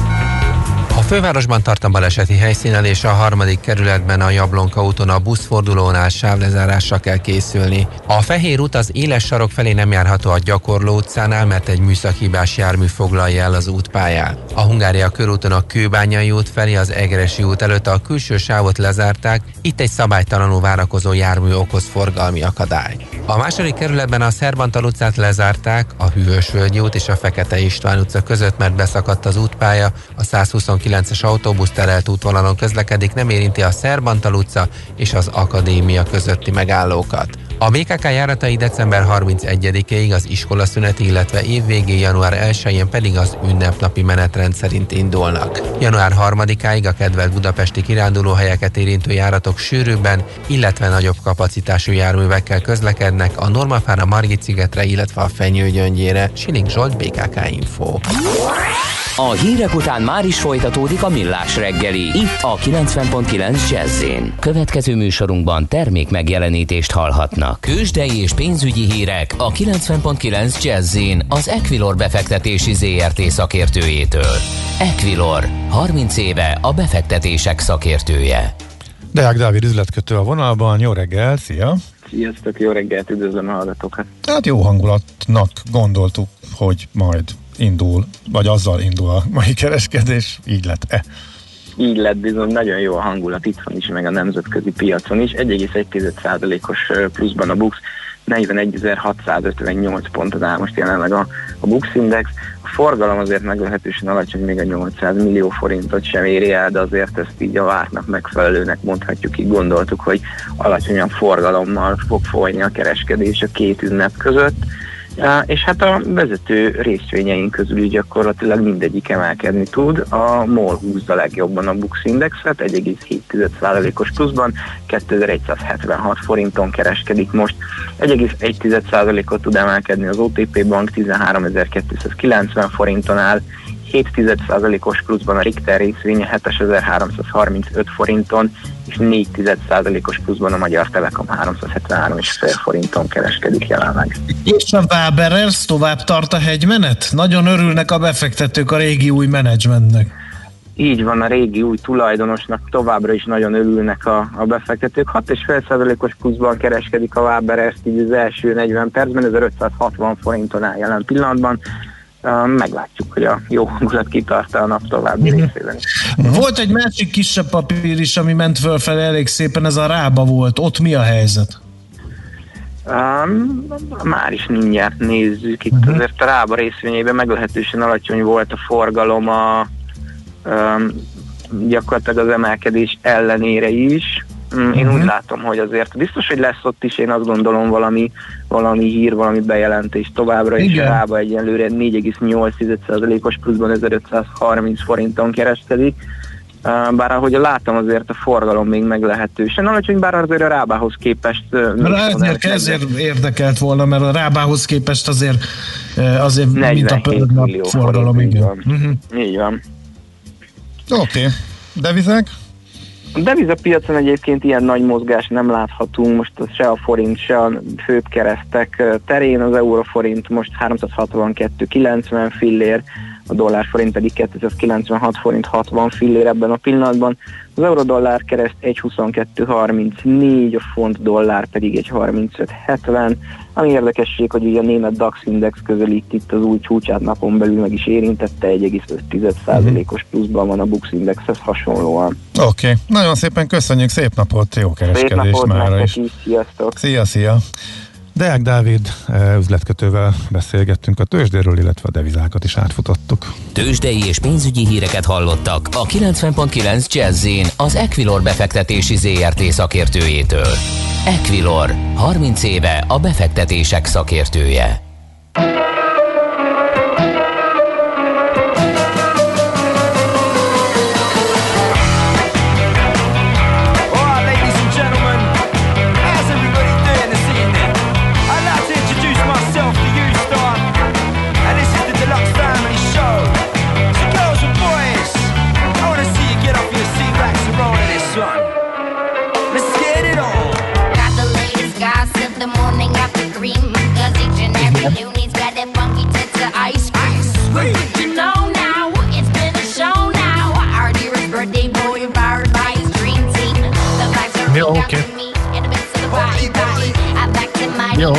A fővárosban tart a baleseti helyszínen, és a harmadik kerületben a Jablonka úton a buszfordulónál sávlezárásra kell készülni. A Fehér út az éles sarok felé nem járható a Gyakorló utcánál, mert egy műszakihibás jármű foglalja el az útpályát. A Hungária körúton a Kőbányai út felé az Egressy út előtt a külső sávot lezárták, itt egy szabálytalanul várakozó jármű okoz forgalmi akadályt. A második kerületben a Szerbantal utcát lezárták, a Hűvösvölgyi út és a Fekete István utca között, mert beszakadt az útpálya, a százhuszonkilences autóbusz terelt útvonalon közlekedik, nem érinti a Szerbantal utca és az Akadémia közötti megállókat. A bé ká ká járatai december harmincegyedikéig az iskolaszüneti, illetve évvégi január elsején pedig az ünnepnapi menetrend szerint indulnak. január harmadikáig a kedvelt budapesti kirándulóhelyeket érintő járatok sűrűbben, illetve nagyobb kapacitású járművekkel közlekednek a Normafán, a Margit-szigetre, illetve a Fenyőgyöngyére. Siling Zsolt, bé ká ká Info. A hírek után már is folytatódik a Millás reggeli, itt a kilencven pont kilenc Jazzyn. Következő műsorunkban termék megjelenítést hallhatnak. Kősdei és pénzügyi hírek a kilencven pont kilenc Jazzyn az Equilor befektetési zé er té szakértőjétől. Equilor, harminc éve a befektetések szakértője. Deák Dávid üzletkötő a vonalban, jó reggel, szia! Sziasztok, jó reggelt, üdvözlöm a hallgatókat! Tehát jó hangulatnak gondoltuk, hogy majd indul, vagy azzal indul a mai kereskedés, így lett-e? Így lett bizony, nagyon jó a hangulat itthon is, meg a nemzetközi piacon is. egy egész egy százalékos pluszban a BUX, negyvenegyezer-hatszázötvennyolc ponton áll most jelenleg a, a Bux Index. A forgalom azért meglehetősen alacsony, még a nyolcszáz millió forintot sem éri el, de azért ezt így a vártnak megfelelőnek mondhatjuk, így gondoltuk, hogy alacsonyan forgalommal fog folyni a kereskedés a két ünnep között. És hát a vezető részvényeink közül gyakorlatilag mindegyik emelkedni tud. A MOL húzza legjobban a Bux Indexet, egy egész hét százalékos pluszban, kétezer-egyszázhetvenhat forinton kereskedik most. egy egész egy százalékot tud emelkedni az o té pé Bank, tizenháromezer-kétszázkilencven forinton áll, hét százalékos pluszban a Richter részvénye hétezer-háromszázharmincöt forinton, és négy százalékos pluszban a Magyar Telekom háromszázhetvenhárom egész öt forinton kereskedik jelenleg. És a Waberers tovább tart a hegymenet? Nagyon örülnek a befektetők a régi új menedzsmentnek. Így van, a régi új tulajdonosnak továbbra is nagyon örülnek a, a befektetők. hat egész öt százalékos pluszban kereskedik a Waberers, így az első negyven percben, ezerötszázhatvan forinton áll jelen pillanatban. Uh, meglátjuk, hogy a jó hangulat kitart a nap további mm-hmm. részében is. Volt egy másik kisebb papír is, ami ment fölfelé elég szépen, ez a Rába volt. Ott mi a helyzet? Um, már is mindjárt nézzük. Itt mm-hmm. azért a Rába részvényében meglehetősen alacsony volt a forgalom a um, gyakorlatilag az emelkedés ellenére is. Mm, én mm-hmm. úgy látom, hogy azért biztos, hogy lesz ott is, én azt gondolom valami, valami hír, valami bejelentés továbbra is. A Rába egyenlőre négy egész nyolc százalékos pluszban ezerötszázharminc forinton kereskedik. Bár ahogy látom, azért a forgalom még meglehetősen alacsony, bár azért a Rábához képest... Ezért, ezért érdekelt volna, mert a Rábához képest azért, azért mint a pöldnap forgalom. Így van. Uh-huh. Így van. Oké. Okay. Devizek? A devizapiacon egyébként ilyen nagy mozgás nem láthatunk, most se a forint, se a főbb keresztek terén, az euróforint most háromszázhatvankettő kilencven fillér, a dollárforint pedig kétszázkilencvenhat forint hatvan fillér ebben a pillanatban. Az euró-dollár kereszt egy huszonkettő harmincnégy, a font dollár pedig egy harmincöt hetven. Ami érdekesség, hogy ugye a német DAX index közelít itt az új csúcsát napon belül meg is érintette, egy egész öt százalékos pluszban van a Bux Indexhez hasonlóan. Oké, okay. Nagyon szépen köszönjük, szép napot, jó kereskedést mára is. Sziasztok! Szia, szia! Deák Dávid üzletkötővel beszélgettünk a tőzsdéről, illetve a devizákat is átfutottuk. Tőzsdei és pénzügyi híreket hallottak a kilencven pont kilenc Jazz-in az Equilor befektetési zé er té szakértőjétől. Equilor, harminc éve a befektetések szakértője. Jó, oké. Jó.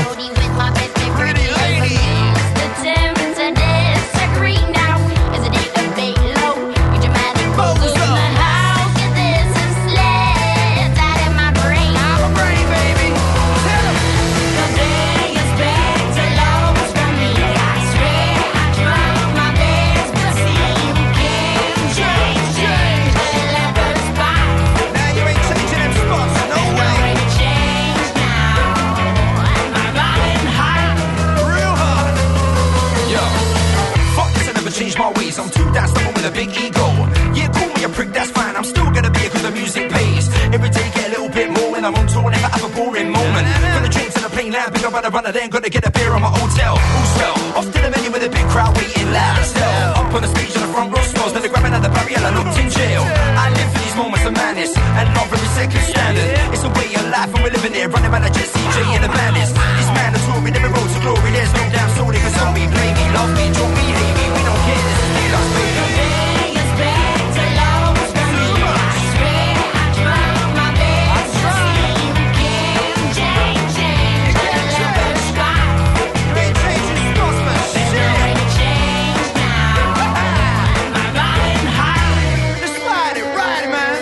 Runner, then gotta get a beer on my hotel. Who's well? Off to the venue with a big crowd waiting loud as hell. Up on the stage on the front row smells, then they're grabbing at the barrier, I looked in jail. I live for these moments of madness, and not every second standard. It's a way of life, and we're living it, running around like Jet C J in the madness. This mandatory, never road to glory, there's no damn soul, they can tell me, blame me, love me, joke me, hate me, we don't care, this is me, lost, baby.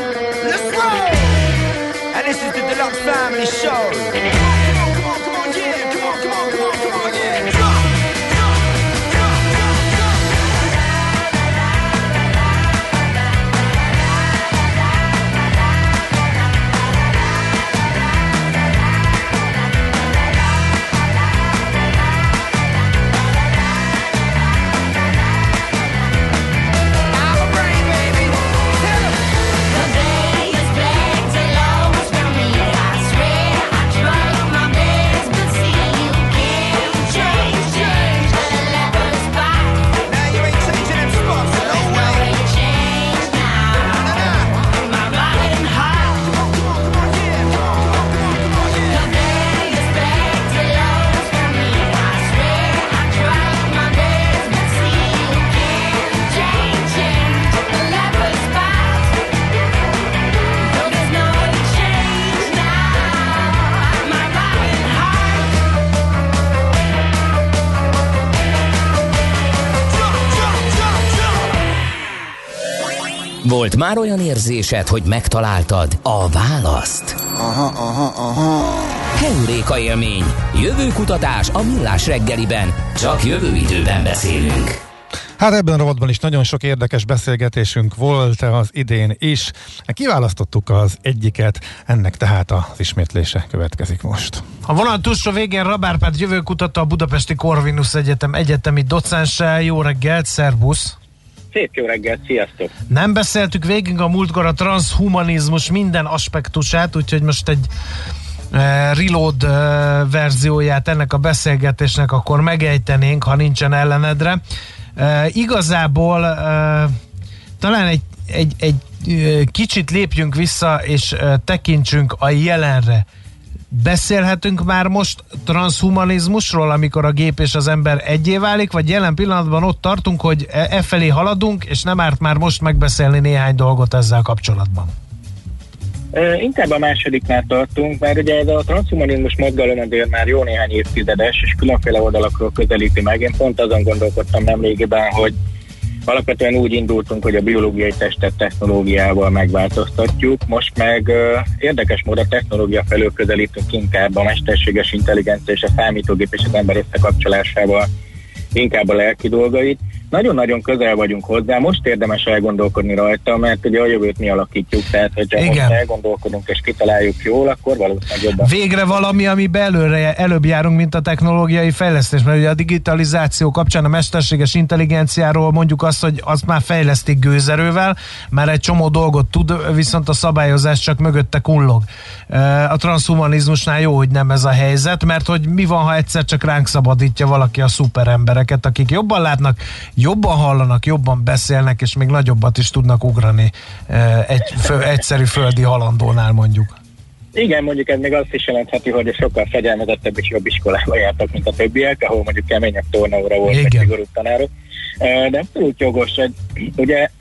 Family show. Come on, come on, yeah. Volt már olyan érzésed, hogy megtaláltad a választ? Aha, aha, aha. Heuréka élmény. Jövőkutatás a Millás reggeliben. Csak jövő időben beszélünk. Hát ebben a rovatban is nagyon sok érdekes beszélgetésünk volt az idén is. Kiválasztottuk az egyiket, ennek tehát az ismétlése következik most. A vonal túlsó végén Rabárpát jövőkutató, a Budapesti Corvinus Egyetem egyetemi docense. Jó reggelt, szervusz! Szép jó reggelt, sziasztok! Nem beszéltük végig a múltkor a transhumanizmus minden aspektusát, úgyhogy most egy uh, reload uh, verzióját ennek a beszélgetésnek akkor megejtenénk, ha nincsen ellenedre. Uh, igazából uh, talán egy, egy, egy uh, kicsit lépjünk vissza és uh, tekintsünk a jelenre. Beszélhetünk már most transhumanizmusról, amikor a gép és az ember egyé válik, vagy jelen pillanatban ott tartunk, hogy e, e felé haladunk, és nem árt már most megbeszélni néhány dolgot ezzel kapcsolatban? Uh, inkább a másodiknál tartunk, mert ugye ez a transhumanizmus mozgalom azért már jó néhány évtizedes, és különféle oldalakról közelíti meg. Én pont azon gondolkodtam nemrégiben, hogy alapvetően úgy indultunk, hogy a biológiai testet technológiával megváltoztatjuk, most meg uh, érdekes módon a technológia felől közelítünk inkább a mesterséges intelligencia és a számítógép és az ember összekapcsolásával inkább a lelki dolgait. Nagyon-nagyon közel vagyunk hozzá, most érdemes elgondolkodni rajta, mert ugye a jövőt mi alakítjuk, tehát hogyha igen, most elgondolkodunk és kitaláljuk jól, akkor valószínűleg jobban. Végre valami, ami belőle előbb járunk, mint a technológiai fejlesztés, mert ugye a digitalizáció kapcsán a mesterséges intelligenciáról mondjuk azt, hogy azt már fejlesztik gőzerővel, már egy csomó dolgot tud, viszont a szabályozás csak mögötte kullog. A transhumanizmusnál jó, hogy nem ez a helyzet, mert hogy mi van, ha egyszer csak ránk szabadítja valaki a szuperembereket, akik jobban látnak, jobban hallanak, jobban beszélnek, és még nagyobbat is tudnak ugrani egy fő, egyszerű földi halandónál mondjuk. Igen, mondjuk ez még azt is jelentheti, hogy sokkal fegyelmezettebb és jobb iskolába jártak, mint a többiek, ahol mondjuk keményebb tornaóra volt, meg szigorúbb tanárok. De abszolút jogos, hogy ugye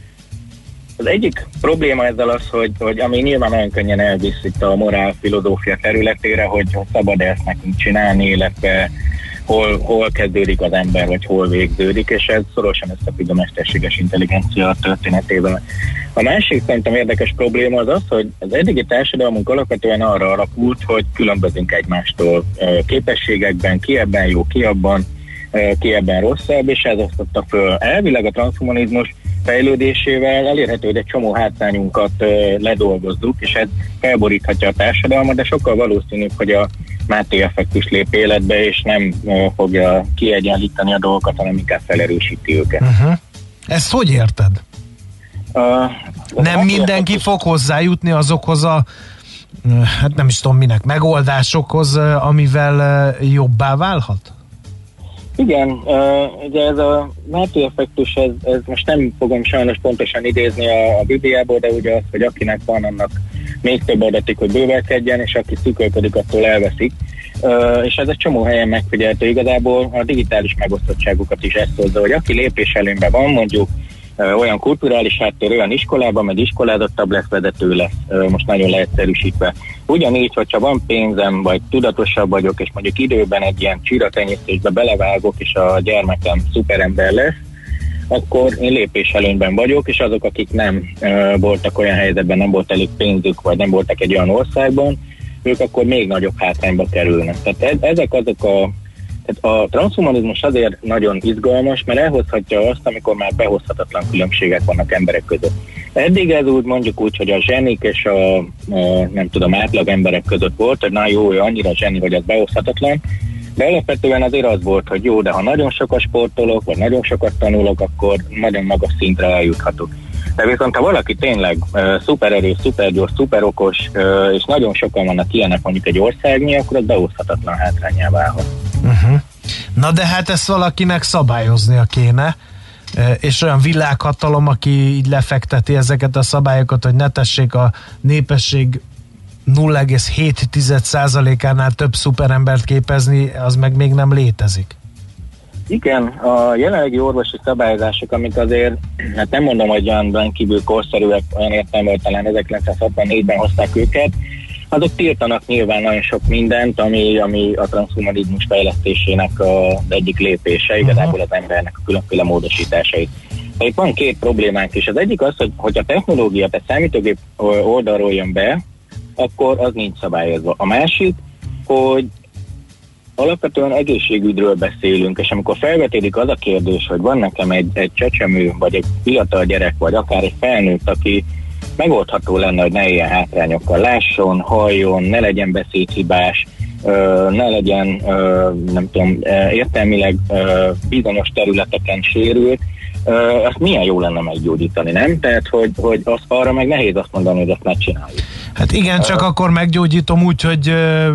az egyik probléma ezzel az, hogy, hogy ami nyilván nagyon könnyen elvisz itt a morál filozófia területére, hogy szabad ezt nekünk csinálni, illetve hol, hol kezdődik az ember, vagy hol végződik, és ez szorosan összefügg a mesterséges intelligencia történetével. A másik szerintem érdekes probléma az az, hogy az eddigi társadalmunk alapvetően arra alakult, hogy különbözünk egymástól képességekben, ki ebben jó, ki abban, ki ebben rosszabb, és ez osztotta föl. Elvileg a transhumanizmus fejlődésével elérhető, hogy egy csomó hátrányunkat ledolgozzuk, és ez felboríthatja a társadalmat, de sokkal valószínűbb, hogy a Máté effektus lép életbe, és nem uh, fogja kiegyenlíteni a dolgokat, hanem inkább felerősíti őket. Uh-huh. Ezt hogy érted? Uh, nem mindenki effektus... fog hozzájutni azokhoz a, hát nem is tudom minek, megoldásokhoz, amivel jobbá válhat? Igen, uh, ugye ez a Máté effektus, ez, ez most nem fogom sajnos pontosan idézni a, a Bibliából, de ugye az, hogy akinek van, annak még több adatik, hogy bővelkedjen, és aki szűkölködik, attól elveszik. Uh, és ez egy csomó helyen megfigyelhető. Igazából a digitális megosztottságukat is ezt hozza, hogy aki lépés előnyben van, mondjuk uh, olyan kulturális háttér, olyan iskolában, meg iskolázottabb lesz, vezető lesz, uh, most nagyon leegyszerűsítve. Ugyanígy, hogyha van pénzem, vagy tudatosabb vagyok, és mondjuk időben egy ilyen csiratenyésztésbe belevágok, és a gyermekem szuperember lesz, akkor én lépés előnyben vagyok, és azok, akik nem uh, voltak olyan helyzetben, nem volt elég pénzük, vagy nem voltak egy olyan országban, ők akkor még nagyobb hátrányba kerülnek. Tehát ez, ezek azok a... Tehát a transhumanizmus azért nagyon izgalmas, mert elhozhatja azt, amikor már behozhatatlan különbségek vannak emberek között. Eddig ez úgy mondjuk úgy, hogy a zsenik és a, a nem tudom, átlag emberek között volt, hogy na jó, ő annyira zseni, hogy az behozhatatlan, de alapvetően azért az volt, hogy jó, de ha nagyon sokat sportolok, vagy nagyon sokat tanulok, akkor nagyon magas szintre eljuthatok. De viszont ha valaki tényleg uh, szupererős, szupergyors, szuperokos, uh, és nagyon sokan vannak ilyenek mondjuk egy országnyi, akkor az behozhatatlan hátrányá válhat. Uh-huh. Na de hát ezt valakinek szabályoznia kéne, és olyan világhatalom, aki így lefekteti ezeket a szabályokat, hogy ne tessék a népesség nulla egész hét százalékánál több szuperembert képezni, az meg még nem létezik. Igen, a jelenlegi orvosi szabályozások, amik azért, hát nem mondom, hogy olyan rendkívül korszerűek, olyan értelemben, talán ezerkilencszázhatvannégyben hozták őket, azok tiltanak nyilván nagyon sok mindent, ami, ami a transhumanizmus fejlesztésének az egyik lépése, igazából az embernek a különféle módosításait. De itt van két problémánk is. Az egyik az, hogy, hogy a technológia, tehát számítógép oldalról jön be, akkor az nincs szabályozva. A másik, hogy alapvetően egészségügyről beszélünk, és amikor felvetődik az a kérdés, hogy van nekem egy, egy csecsemő, vagy egy fiatal gyerek, vagy akár egy felnőtt, aki megoldható lenne, hogy ne éljen hátrányokkal, lásson, halljon, ne legyen beszédhibás, ne legyen, nem tudom, értelmileg bizonyos területeken sérült, azt milyen jó lenne meggyógyítani, nem? Tehát, hogy, hogy az, arra meg nehéz azt mondani, hogy ezt megcsináljuk. Hát igen, csak uh, akkor meggyógyítom úgy, hogy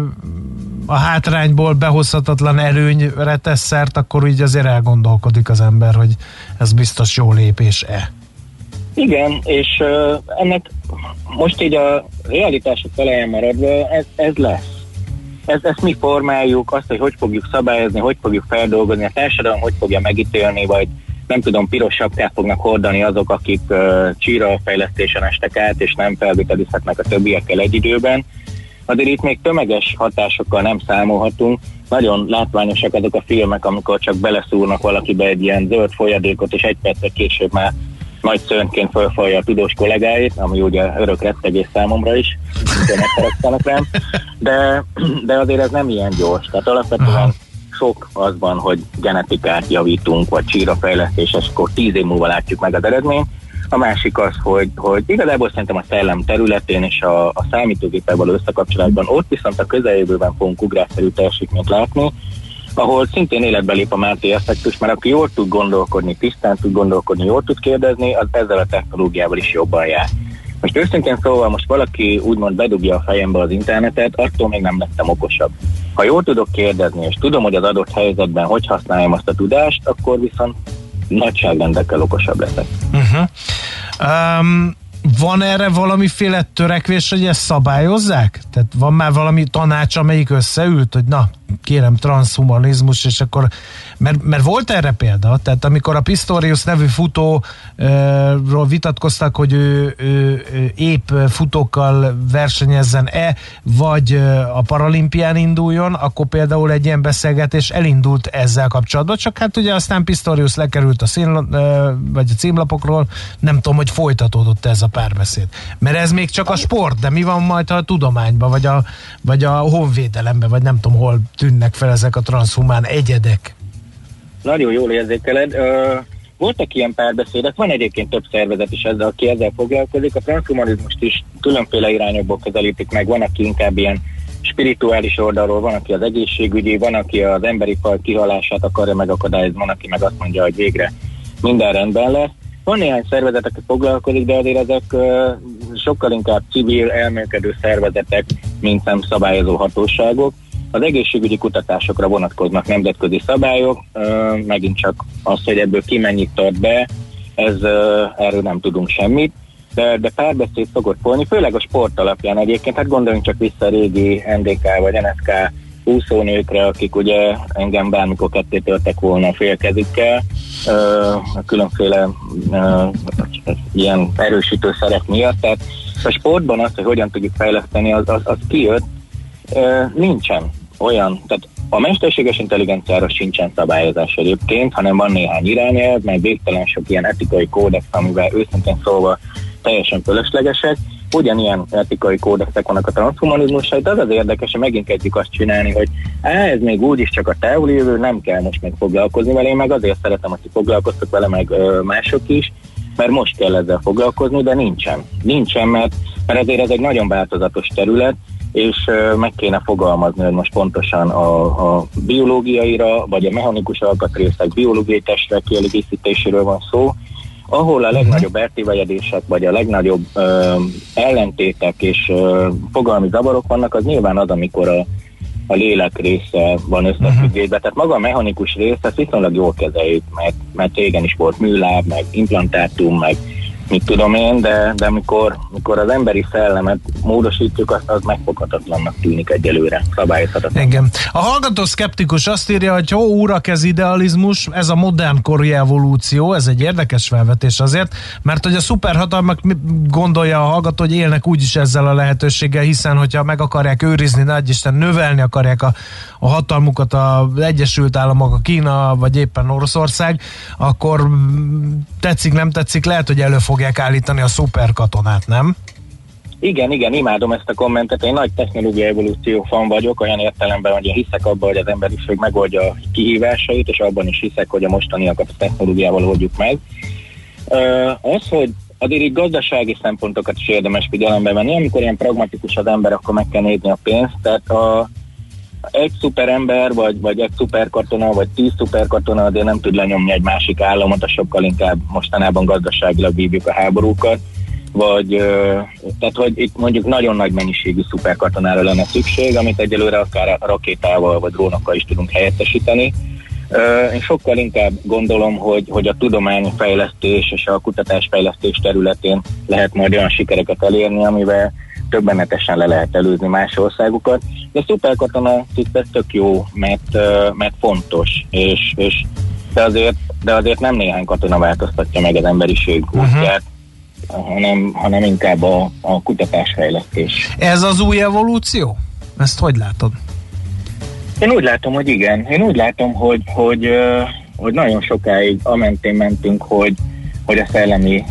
a hátrányból behozhatatlan előnyre tesz szert, akkor így azért elgondolkodik az ember, hogy ez biztos jó lépés-e. Igen, és uh, ennek most így a realitások talaján maradva ez, ez lesz. Ez, ezt mi formáljuk, azt, hogy hogy fogjuk szabályozni, hogy fogjuk feldolgozni, a társadalom hogy fogja megítélni, vagy nem tudom, piros sapkát fognak hordani azok, akik uh, csíra fejlesztésen estek át, és nem felvételizhetnek a többiekkel egy időben. Azért itt még tömeges hatásokkal nem számolhatunk. Nagyon látványosak azok a filmek, amikor csak beleszúrnak valakibe egy ilyen zöld folyadékot, és egy perccel később már nagy szörnyként fölfalja a tudós kollégáit, ami ugye örök rettegés számomra is, hogy megszereztenek rám, de, de azért ez nem ilyen gyors. Tehát alapvetően sok az van, hogy genetikát javítunk, vagy csírafejlesztés, és akkor tíz év múlva látjuk meg az eredményt. A másik az, hogy, hogy igazából szerintem a szellem területén és a, a számítógéppel való összekapcsolatban ott viszont a közeljövőben fogunk ugrásszerű teljesítményt látni, ahol szintén életbe lép a Márti effektus, mert aki jól tud gondolkodni, tisztán tud gondolkodni, jól tud kérdezni, az ezzel a technológiával is jobban jár. Most őszintén szóval most valaki úgymond bedugja a fejembe az internetet, attól még nem lettem okosabb. Ha jól tudok kérdezni, és tudom, hogy az adott helyzetben hogy használjam azt a tudást, akkor viszont nagyságrendekkel okosabb leszek. Uh-huh. Um, van erre valamiféle törekvés, hogy ezt szabályozzák? Tehát van már valami tanács, amelyik összeült, hogy na, kérem, transhumanizmus, és akkor, mert, mert volt erre példa, tehát amikor a Pistorius nevű futóról vitatkoztak, hogy ő, ő, ő épp futókkal versenyezzen-e, vagy a paralimpián induljon, akkor például egy ilyen beszélgetés elindult ezzel kapcsolatban, csak hát ugye aztán Pistorius lekerült a, szín, vagy a címlapokról, nem tudom, hogy folytatódott ez a párbeszéd. Mert ez még csak a sport, de mi van majd a tudományban, vagy a, vagy a honvédelemben, vagy nem tudom, hol tűnnek fel ezek a transzhumán egyedek. Nagyon jól érzékeled. Voltak ilyen párbeszédek, van egyébként több szervezet is ezzel, aki ezzel foglalkozik. A transhumanizmust is különféle irányokból közelítik meg. Van, aki inkább ilyen spirituális oldalról, van, aki az egészségügyi, van, aki az emberi faj kihalását akarja megakadályozni, van, aki meg azt mondja, hogy végre minden rendben lesz. Van néhány szervezet, aki foglalkozik, de azért ezek uh, sokkal inkább civil, elmélkedő szervezetek, mint nem szabályozó hatóságok. Az egészségügyi kutatásokra vonatkoznak nemzetközi szabályok, uh, megint csak az, hogy ebből ki mennyit tart be, ez, uh, erről nem tudunk semmit, de, de párbeszéd szokott folyni, főleg a sport alapján egyébként, hát gondoljunk csak vissza a régi en dé ká vagy en es ká úszónőkre, akik ugye engem bármikor ketté törtek volna a félkezükkel, uh, különféle uh, ilyen erősítőszerek miatt, tehát a sportban azt, hogy hogyan tudjuk fejleszteni, az, az, az kijött, uh, nincsen olyan, tehát a mesterséges intelligenciára sincsen szabályozás egyébként, hanem van néhány irányelv, meg végtelen sok ilyen etikai kódex, amivel őszintén szólva teljesen fölöslegesek. Ugyanilyen etikai kódexek vannak a transhumanizmusra, de az az érdekes, hogy megint kezdjük azt csinálni, hogy á, ez még úgyis csak a távoli jövő, nem kell most még foglalkozni vele, én meg azért szeretem, hogy foglalkoztak vele, meg ö, mások is, mert most kell ezzel foglalkozni, de nincsen. Nincsen, mert, mert ezért ez egy nagyon változatos terület, és ö, meg kéne fogalmazni, hogy most pontosan a, a biológiaira, vagy a mechanikus alkatrészek biológiai testre kielégítéséről van szó, ahol a legnagyobb eltévejedések, vagy a legnagyobb ö, ellentétek és ö, fogalmi zavarok vannak, az nyilván az, amikor a, a lélek része van összefüggésben. Tehát maga a mechanikus rész, ezt viszonylag jól kezeljük, mert, mert régen is volt műláb, meg implantátum, meg mit tudom én, de, de mikor, mikor az emberi szellemet módosítjuk, az, az megfoghatatlannak tűnik egyelőre, szabályozhatatlan. Igen. A hallgató szkeptikus azt írja, hogy ó, urak, ez idealizmus, ez a modernkori evolúció, ez egy érdekes felvetés azért, mert hogy a szuperhatalmak gondolja a hallgató, hogy élnek úgyis ezzel a lehetőséggel, hiszen hogyha meg akarják őrizni, nagy Isten, növelni akarják a, a hatalmukat az Egyesült Államok, a Kína, vagy éppen Oroszország, akkor tetszik, nem tetszik, lehet, hogy elő fogják állítani a szuperkatonát, nem? Igen, igen, imádom ezt a kommentet. Én nagy technológiai evolúció fan vagyok, olyan értelemben, hogy én hiszek abban, hogy az emberiség megoldja a kihívásait, és abban is hiszek, hogy a mostaniakat a technológiával oldjuk meg. Az, hogy azért így gazdasági szempontokat is érdemes figyelembe venni, amikor ilyen pragmatikus az ember, akkor meg kell nézni a pénzt, tehát a egy szuperember, vagy, vagy egy szuperkatona, vagy tíz szuperkatona azért nem tud lenyomni egy másik államot, a sokkal inkább mostanában gazdaságilag vívjuk a háborúkat, vagy tehát, hogy itt mondjuk nagyon nagy mennyiségű szuperkatonára lenne szükség, amit egyelőre akár rakétával vagy drónokkal is tudunk helyettesíteni. Én sokkal inkább gondolom, hogy, hogy a tudományfejlesztés és a kutatásfejlesztés területén lehet majd olyan sikereket elérni, amivel többenetesen le lehet előzni más országokat. De a szuperkatona ez tök jó, mert, mert fontos, és, és de, azért, de azért nem néhány katona változtatja meg az emberiség útját, uh-huh. hanem, hanem inkább a, a kutatásfejlesztés. Ez az új evolúció? Ezt hogy látod? Én úgy látom, hogy igen. Én úgy látom, hogy, hogy, hogy nagyon sokáig amentén mentünk, hogy, hogy a szellemi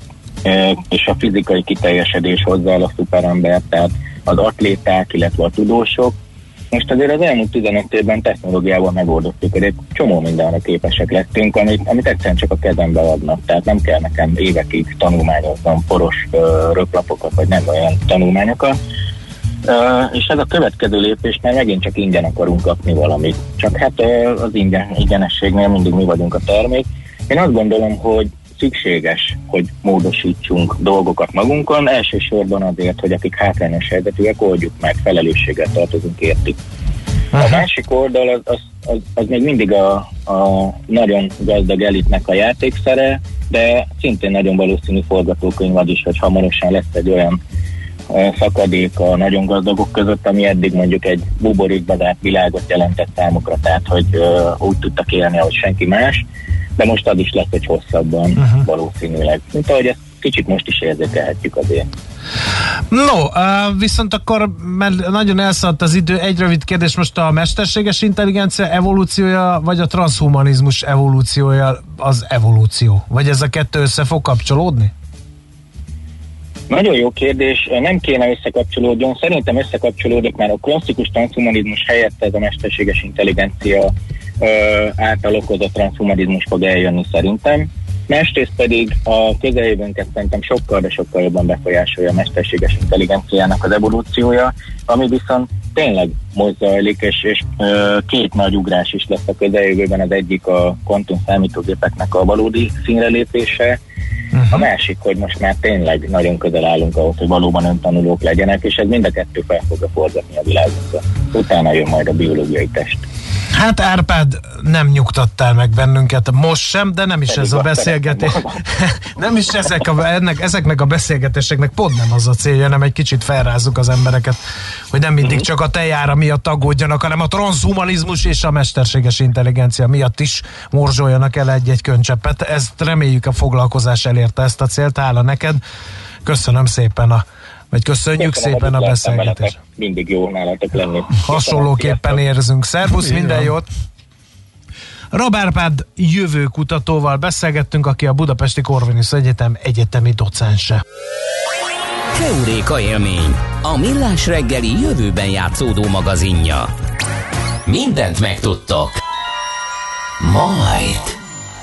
és a fizikai kiteljesedés hozzá a szuperember, tehát az atléták, illetve a tudósok. Most azért az elmúlt tizenöt évben technológiával megoldottuk, hogy egy csomó mindenre képesek lettünk, amit, amit egyszerűen csak a kezembe adnak. Tehát nem kell nekem évekig tanulmányoznom poros uh, röplapokat, vagy nem olyan tanulmányokat. Uh, és ez a következő lépés, mert megint csak ingyen akarunk kapni valamit. Csak hát uh, az ingyen, ingyenességnél mindig mi vagyunk a termék. Én azt gondolom, hogy szükséges, hogy módosítsunk dolgokat magunkon, elsősorban azért, hogy akik hátrányos helyzetűek, oldjuk meg, felelősséggel tartozunk értük. A másik oldal az, az, az, az még mindig a, a nagyon gazdag elitnek a játékszere, de szintén nagyon valószínű forgatókönyv az is, hogy hamarosan lesz egy olyan szakadék a nagyon gazdagok között, ami eddig mondjuk egy buborékba zárt világot jelentett számukra, tehát hogy uh, úgy tudtak élni, ahogy senki más, de most az is lesz egy hosszabban uh-huh. valószínűleg. Mint ahogy ezt kicsit most is érzékelhetjük azért. No, uh, viszont akkor, mert nagyon elszaladt az idő, egy rövid kérdés, most a mesterséges intelligencia evolúciója, vagy a transhumanizmus evolúciója az evolúció? Vagy ez a kettő össze fog kapcsolódni? Nagyon jó kérdés, nem kéne összekapcsolódjon, szerintem összekapcsolódik, már a klasszikus transhumanizmus helyett ez a mesterséges intelligencia ö, által okozott transhumanizmus fog eljönni szerintem. Másrészt pedig a közeljövőnket szerintem sokkal, de sokkal jobban befolyásolja a mesterséges intelligenciának az evolúciója, ami viszont tényleg most zajlik, és, és ö, két nagy ugrás is lesz a közeljövőben, az egyik a kvantum számítógépeknek a valódi színre lépése, uh-huh. a másik, hogy most már tényleg nagyon közel állunk ahhoz, hogy valóban öntanulók legyenek, és ez mind a kettő fel fogja forgatni a világunkat. Utána jön majd a biológiai test. Hát Árpád, nem nyugtattál meg bennünket most sem, de nem is Pedig ez a beszélgetés. nem is ezek a, ennek, ezeknek a beszélgetéseknek pont nem az a célja, hanem egy kicsit felrázzuk az embereket, hogy nem mindig csak a tejára miatt aggódjanak, hanem a transhumanizmus és a mesterséges intelligencia miatt is morzsoljanak el egy-egy könycseppet. Ezt reméljük a foglalkozás elérte ezt a célt. Hála neked. Köszönöm szépen a Vagy köszönjük Köszönöm, szépen a beszélgetést. Mindig jó nálatok lenni. Hasonlóképpen érzünk. Szervusz, minden jót! Rab Árpád jövőkutatóval beszélgettünk, aki a Budapesti Corvinus Egyetem egyetemi docense. Heuréka élmény, a millás reggeli jövőben játszódó magazinja. Mindent megtudtok. Majd...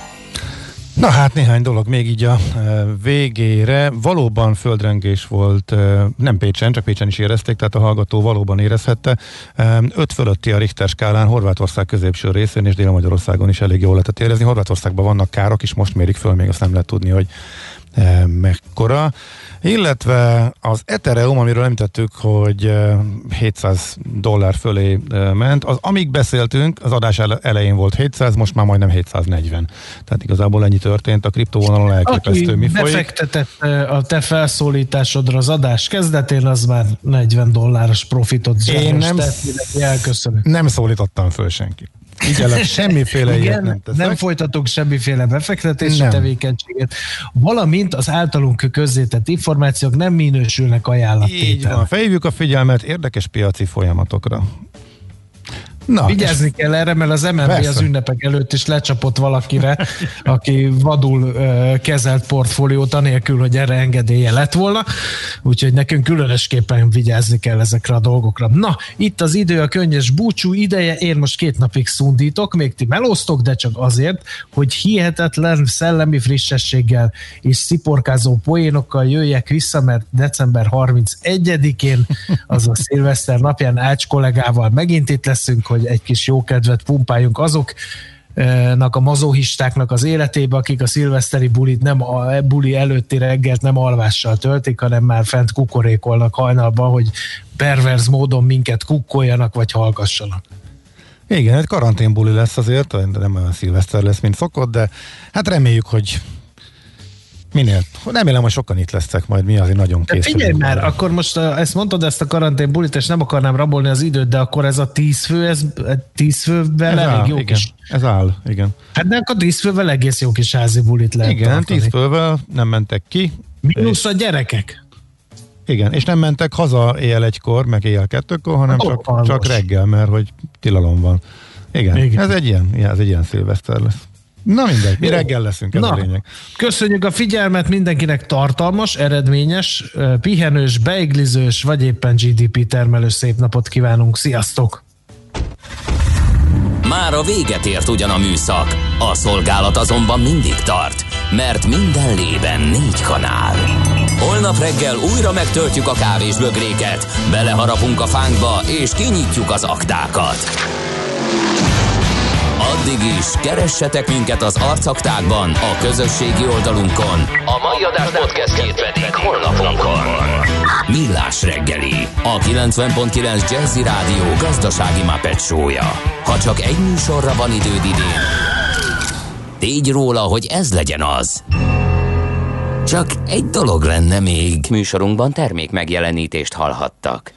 Na hát néhány dolog még így a végére. Valóban földrengés volt, nem Pécsen, csak Pécsen is érezték, tehát a hallgató valóban érezhette. öt fölötti a Richter skálán Horvátország középső részén és Dél-Magyarországon is elég jól lehetett érezni. Horvátországban vannak károk is, most mérik föl, még azt nem lehet tudni, hogy e, mekkora. Illetve az Ethereum, amiről említettük, hogy hétszáz dollár fölé ment, az amíg beszéltünk, az adás elején volt hétszáz, most már majdnem hétszáznegyven. Tehát igazából ennyi történt, a kriptovonalon elképesztő. Mi folyik? Befektetett a te felszólításodra az adás kezdetén, az már negyven dolláros profitot zsáros. Én nem, nem szólítottam föl senkit. Ügyelek, semmiféle ilyet nem teszek. Nem folytatunk semmiféle befektetési nem. tevékenységet, valamint az általunk közzétett információk nem minősülnek ajánlattételnek. Így van, felhívjuk a figyelmet érdekes piaci folyamatokra. Na, vigyázni kell erre, mert az em en bé az ünnepek előtt is lecsapott valakire, aki vadul uh, kezelt portfóliót anélkül, hogy erre engedélye lett volna, úgyhogy nekünk különösképpen vigyázni kell ezekre a dolgokra. Na, itt az idő, a könnyes búcsú ideje, én most két napig szundítok, még ti melóztok, de csak azért, hogy hihetetlen szellemi frissességgel és sziporkázó poénokkal jöjjek vissza, mert december harmincegyedikén, azaz szilveszter napján Ács kollégával megint itt leszünk, hogy egy kis jó kedvet pumpáljunk azoknak a mazohistáknak az életébe, akik a szilveszteri bulit nem a buli előtti reggelt nem alvással töltik, hanem már fent kukorékolnak hajnalban, hogy perverz módon minket kukkoljanak vagy hallgassanak. Igen, egy karanténbuli lesz azért, nem olyan szilveszter lesz, mint szokott, de hát reméljük, hogy minél. Remélem, hogy sokan itt lesztek majd, mi azért nagyon készülünk. Figyelj már, akkor most ezt mondtad, ezt a karanténbulit, és nem akarnám rabolni az időt, de akkor ez a tíz fő, ez tíz fővel ez elég áll, jó igen, kis... Ez áll, igen. Hát de akkor tíz fővel egész jó kis házi bulit lehet igen, tartani. tíz fővel nem mentek ki. Mínusz a gyerekek. Igen, és nem mentek haza éjjel egykor, meg éjjel kettőkor, hanem oh, csak, csak reggel, mert hogy tilalom van. Igen, igen. Ez, egy ilyen, ez egy ilyen szilveszter lesz. Na mindegy, mi reggel leszünk, ez Na, a lényeg. Köszönjük a figyelmet, mindenkinek tartalmas, eredményes, pihenős, beiglizős, vagy éppen gé dé pé termelős szép napot kívánunk. Sziasztok! Már a véget ért ugyan a műszak, a szolgálat azonban mindig tart, mert minden lében négy kanál. Holnap reggel újra megtöltjük a kávésbögréket, beleharapunk a fánkba és kinyitjuk az aktákat. Addig is keressetek minket az arcaktákban, a közösségi oldalunkon. A mai adás podcastjét pedig honlapunkon. Millás reggeli, a kilencven pont kilenc Jazzy Rádió gazdasági Muppet show-ja. Ha csak egy műsorra van időd idén, tégy róla, hogy ez legyen az. Csak egy dolog lenne még. Műsorunkban termék megjelenítést hallhattak.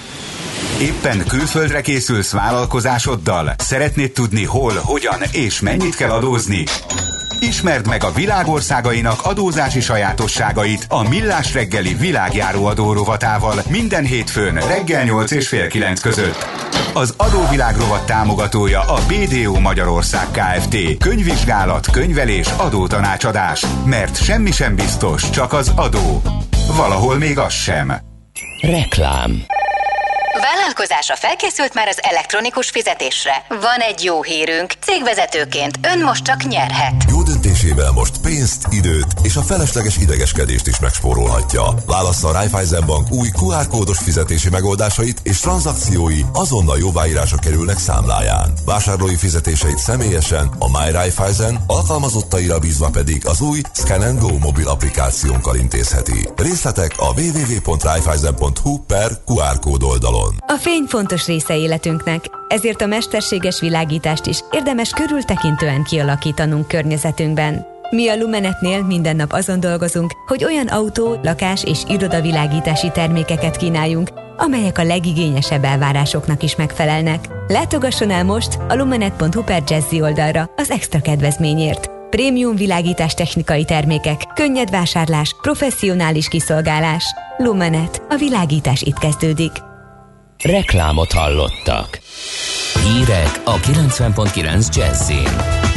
Éppen külföldre készülsz vállalkozásoddal? Szeretnéd tudni hol, hogyan és mennyit kell adózni? Ismerd meg a világországainak adózási sajátosságait a Millás reggeli világjáró adó rovatával minden hétfőn reggel nyolc és fél kilenc között. Az adóvilág rovat támogatója a bé dé o Magyarország Kft. Könyvvizsgálat, könyvelés, adótanácsadás. Mert semmi sem biztos, csak az adó. Valahol még az sem. Reklám. Vállalkozása felkészült már az elektronikus fizetésre. Van egy jó hírünk. Cégvezetőként ön most csak nyerhet. Jó döntésével most pénzt, időt és a felesleges idegeskedést is megspórolhatja. Válassza a Raiffeisen Bank új kú ár kódos fizetési megoldásait, és tranzakciói azonnal jóváírásra kerülnek számláján. Vásárlói fizetéseit személyesen a My Raiffeisen, alkalmazottaira bízva pedig az új Scan and Go mobil applikációnkkal intézheti. Részletek a double-u double-u double-u pont raiffeisen pont hu per kú ár kód oldalon. A fény fontos része életünknek, ezért a mesterséges világítást is érdemes körültekintően kialakítanunk környezetünkben. Mi a Lumenetnél minden nap azon dolgozunk, hogy olyan autó, lakás és irodavilágítási termékeket kínáljunk, amelyek a legigényesebb elvárásoknak is megfelelnek. Látogasson el most a lumenet pont hu per Jazzy oldalra az extra kedvezményért. Prémium világítás technikai termékek, könnyed vásárlás, professzionális kiszolgálás. Lumenet. A világítás itt kezdődik. Reklámot hallottak. Hírek a kilencven pont kilenc Jazzyn.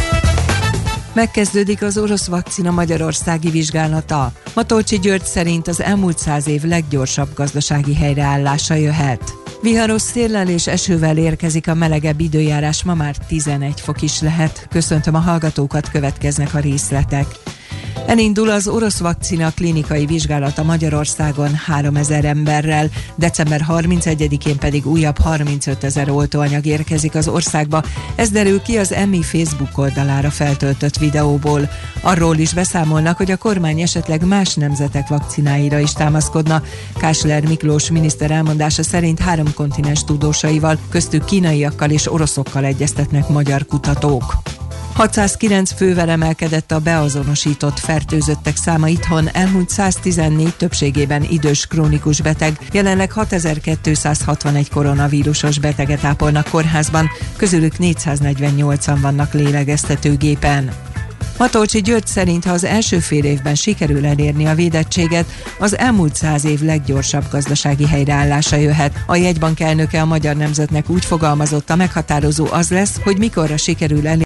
Megkezdődik az orosz vakcina magyarországi vizsgálata. Matolcsi György szerint az elmúlt száz év leggyorsabb gazdasági helyreállása jöhet. Viharos széllel és esővel érkezik a melegebb időjárás, ma már tizenegy fok is lehet. Köszöntöm a hallgatókat, következnek a részletek. Elindul az orosz vakcina klinikai vizsgálata Magyarországon háromezer emberrel, december harmincegyedikén pedig újabb harmincötezer oltóanyag érkezik az országba. Ez derül ki az em i Facebook oldalára feltöltött videóból. Arról is beszámolnak, hogy a kormány esetleg más nemzetek vakcináira is támaszkodna. Kásler Miklós miniszter elmondása szerint három kontinens tudósaival, köztük kínaiakkal és oroszokkal egyeztetnek magyar kutatók. hatszázkilenc fővel emelkedett a beazonosított fertőzöttek száma itthon, elhunyt száztizennégy, többségében idős krónikus beteg. Jelenleg hatezer-kétszázhatvanegy koronavírusos beteget ápolnak kórházban, közülük négyszáznegyvennyolcan vannak lélegeztetőgépen. Matolcsi György szerint, ha az első fél évben sikerül elérni a védettséget, az elmúlt száz év leggyorsabb gazdasági helyreállása jöhet. A jegybank elnöke a Magyar Nemzetnek úgy fogalmazott, a meghatározó az lesz, hogy mikorra sikerül elérni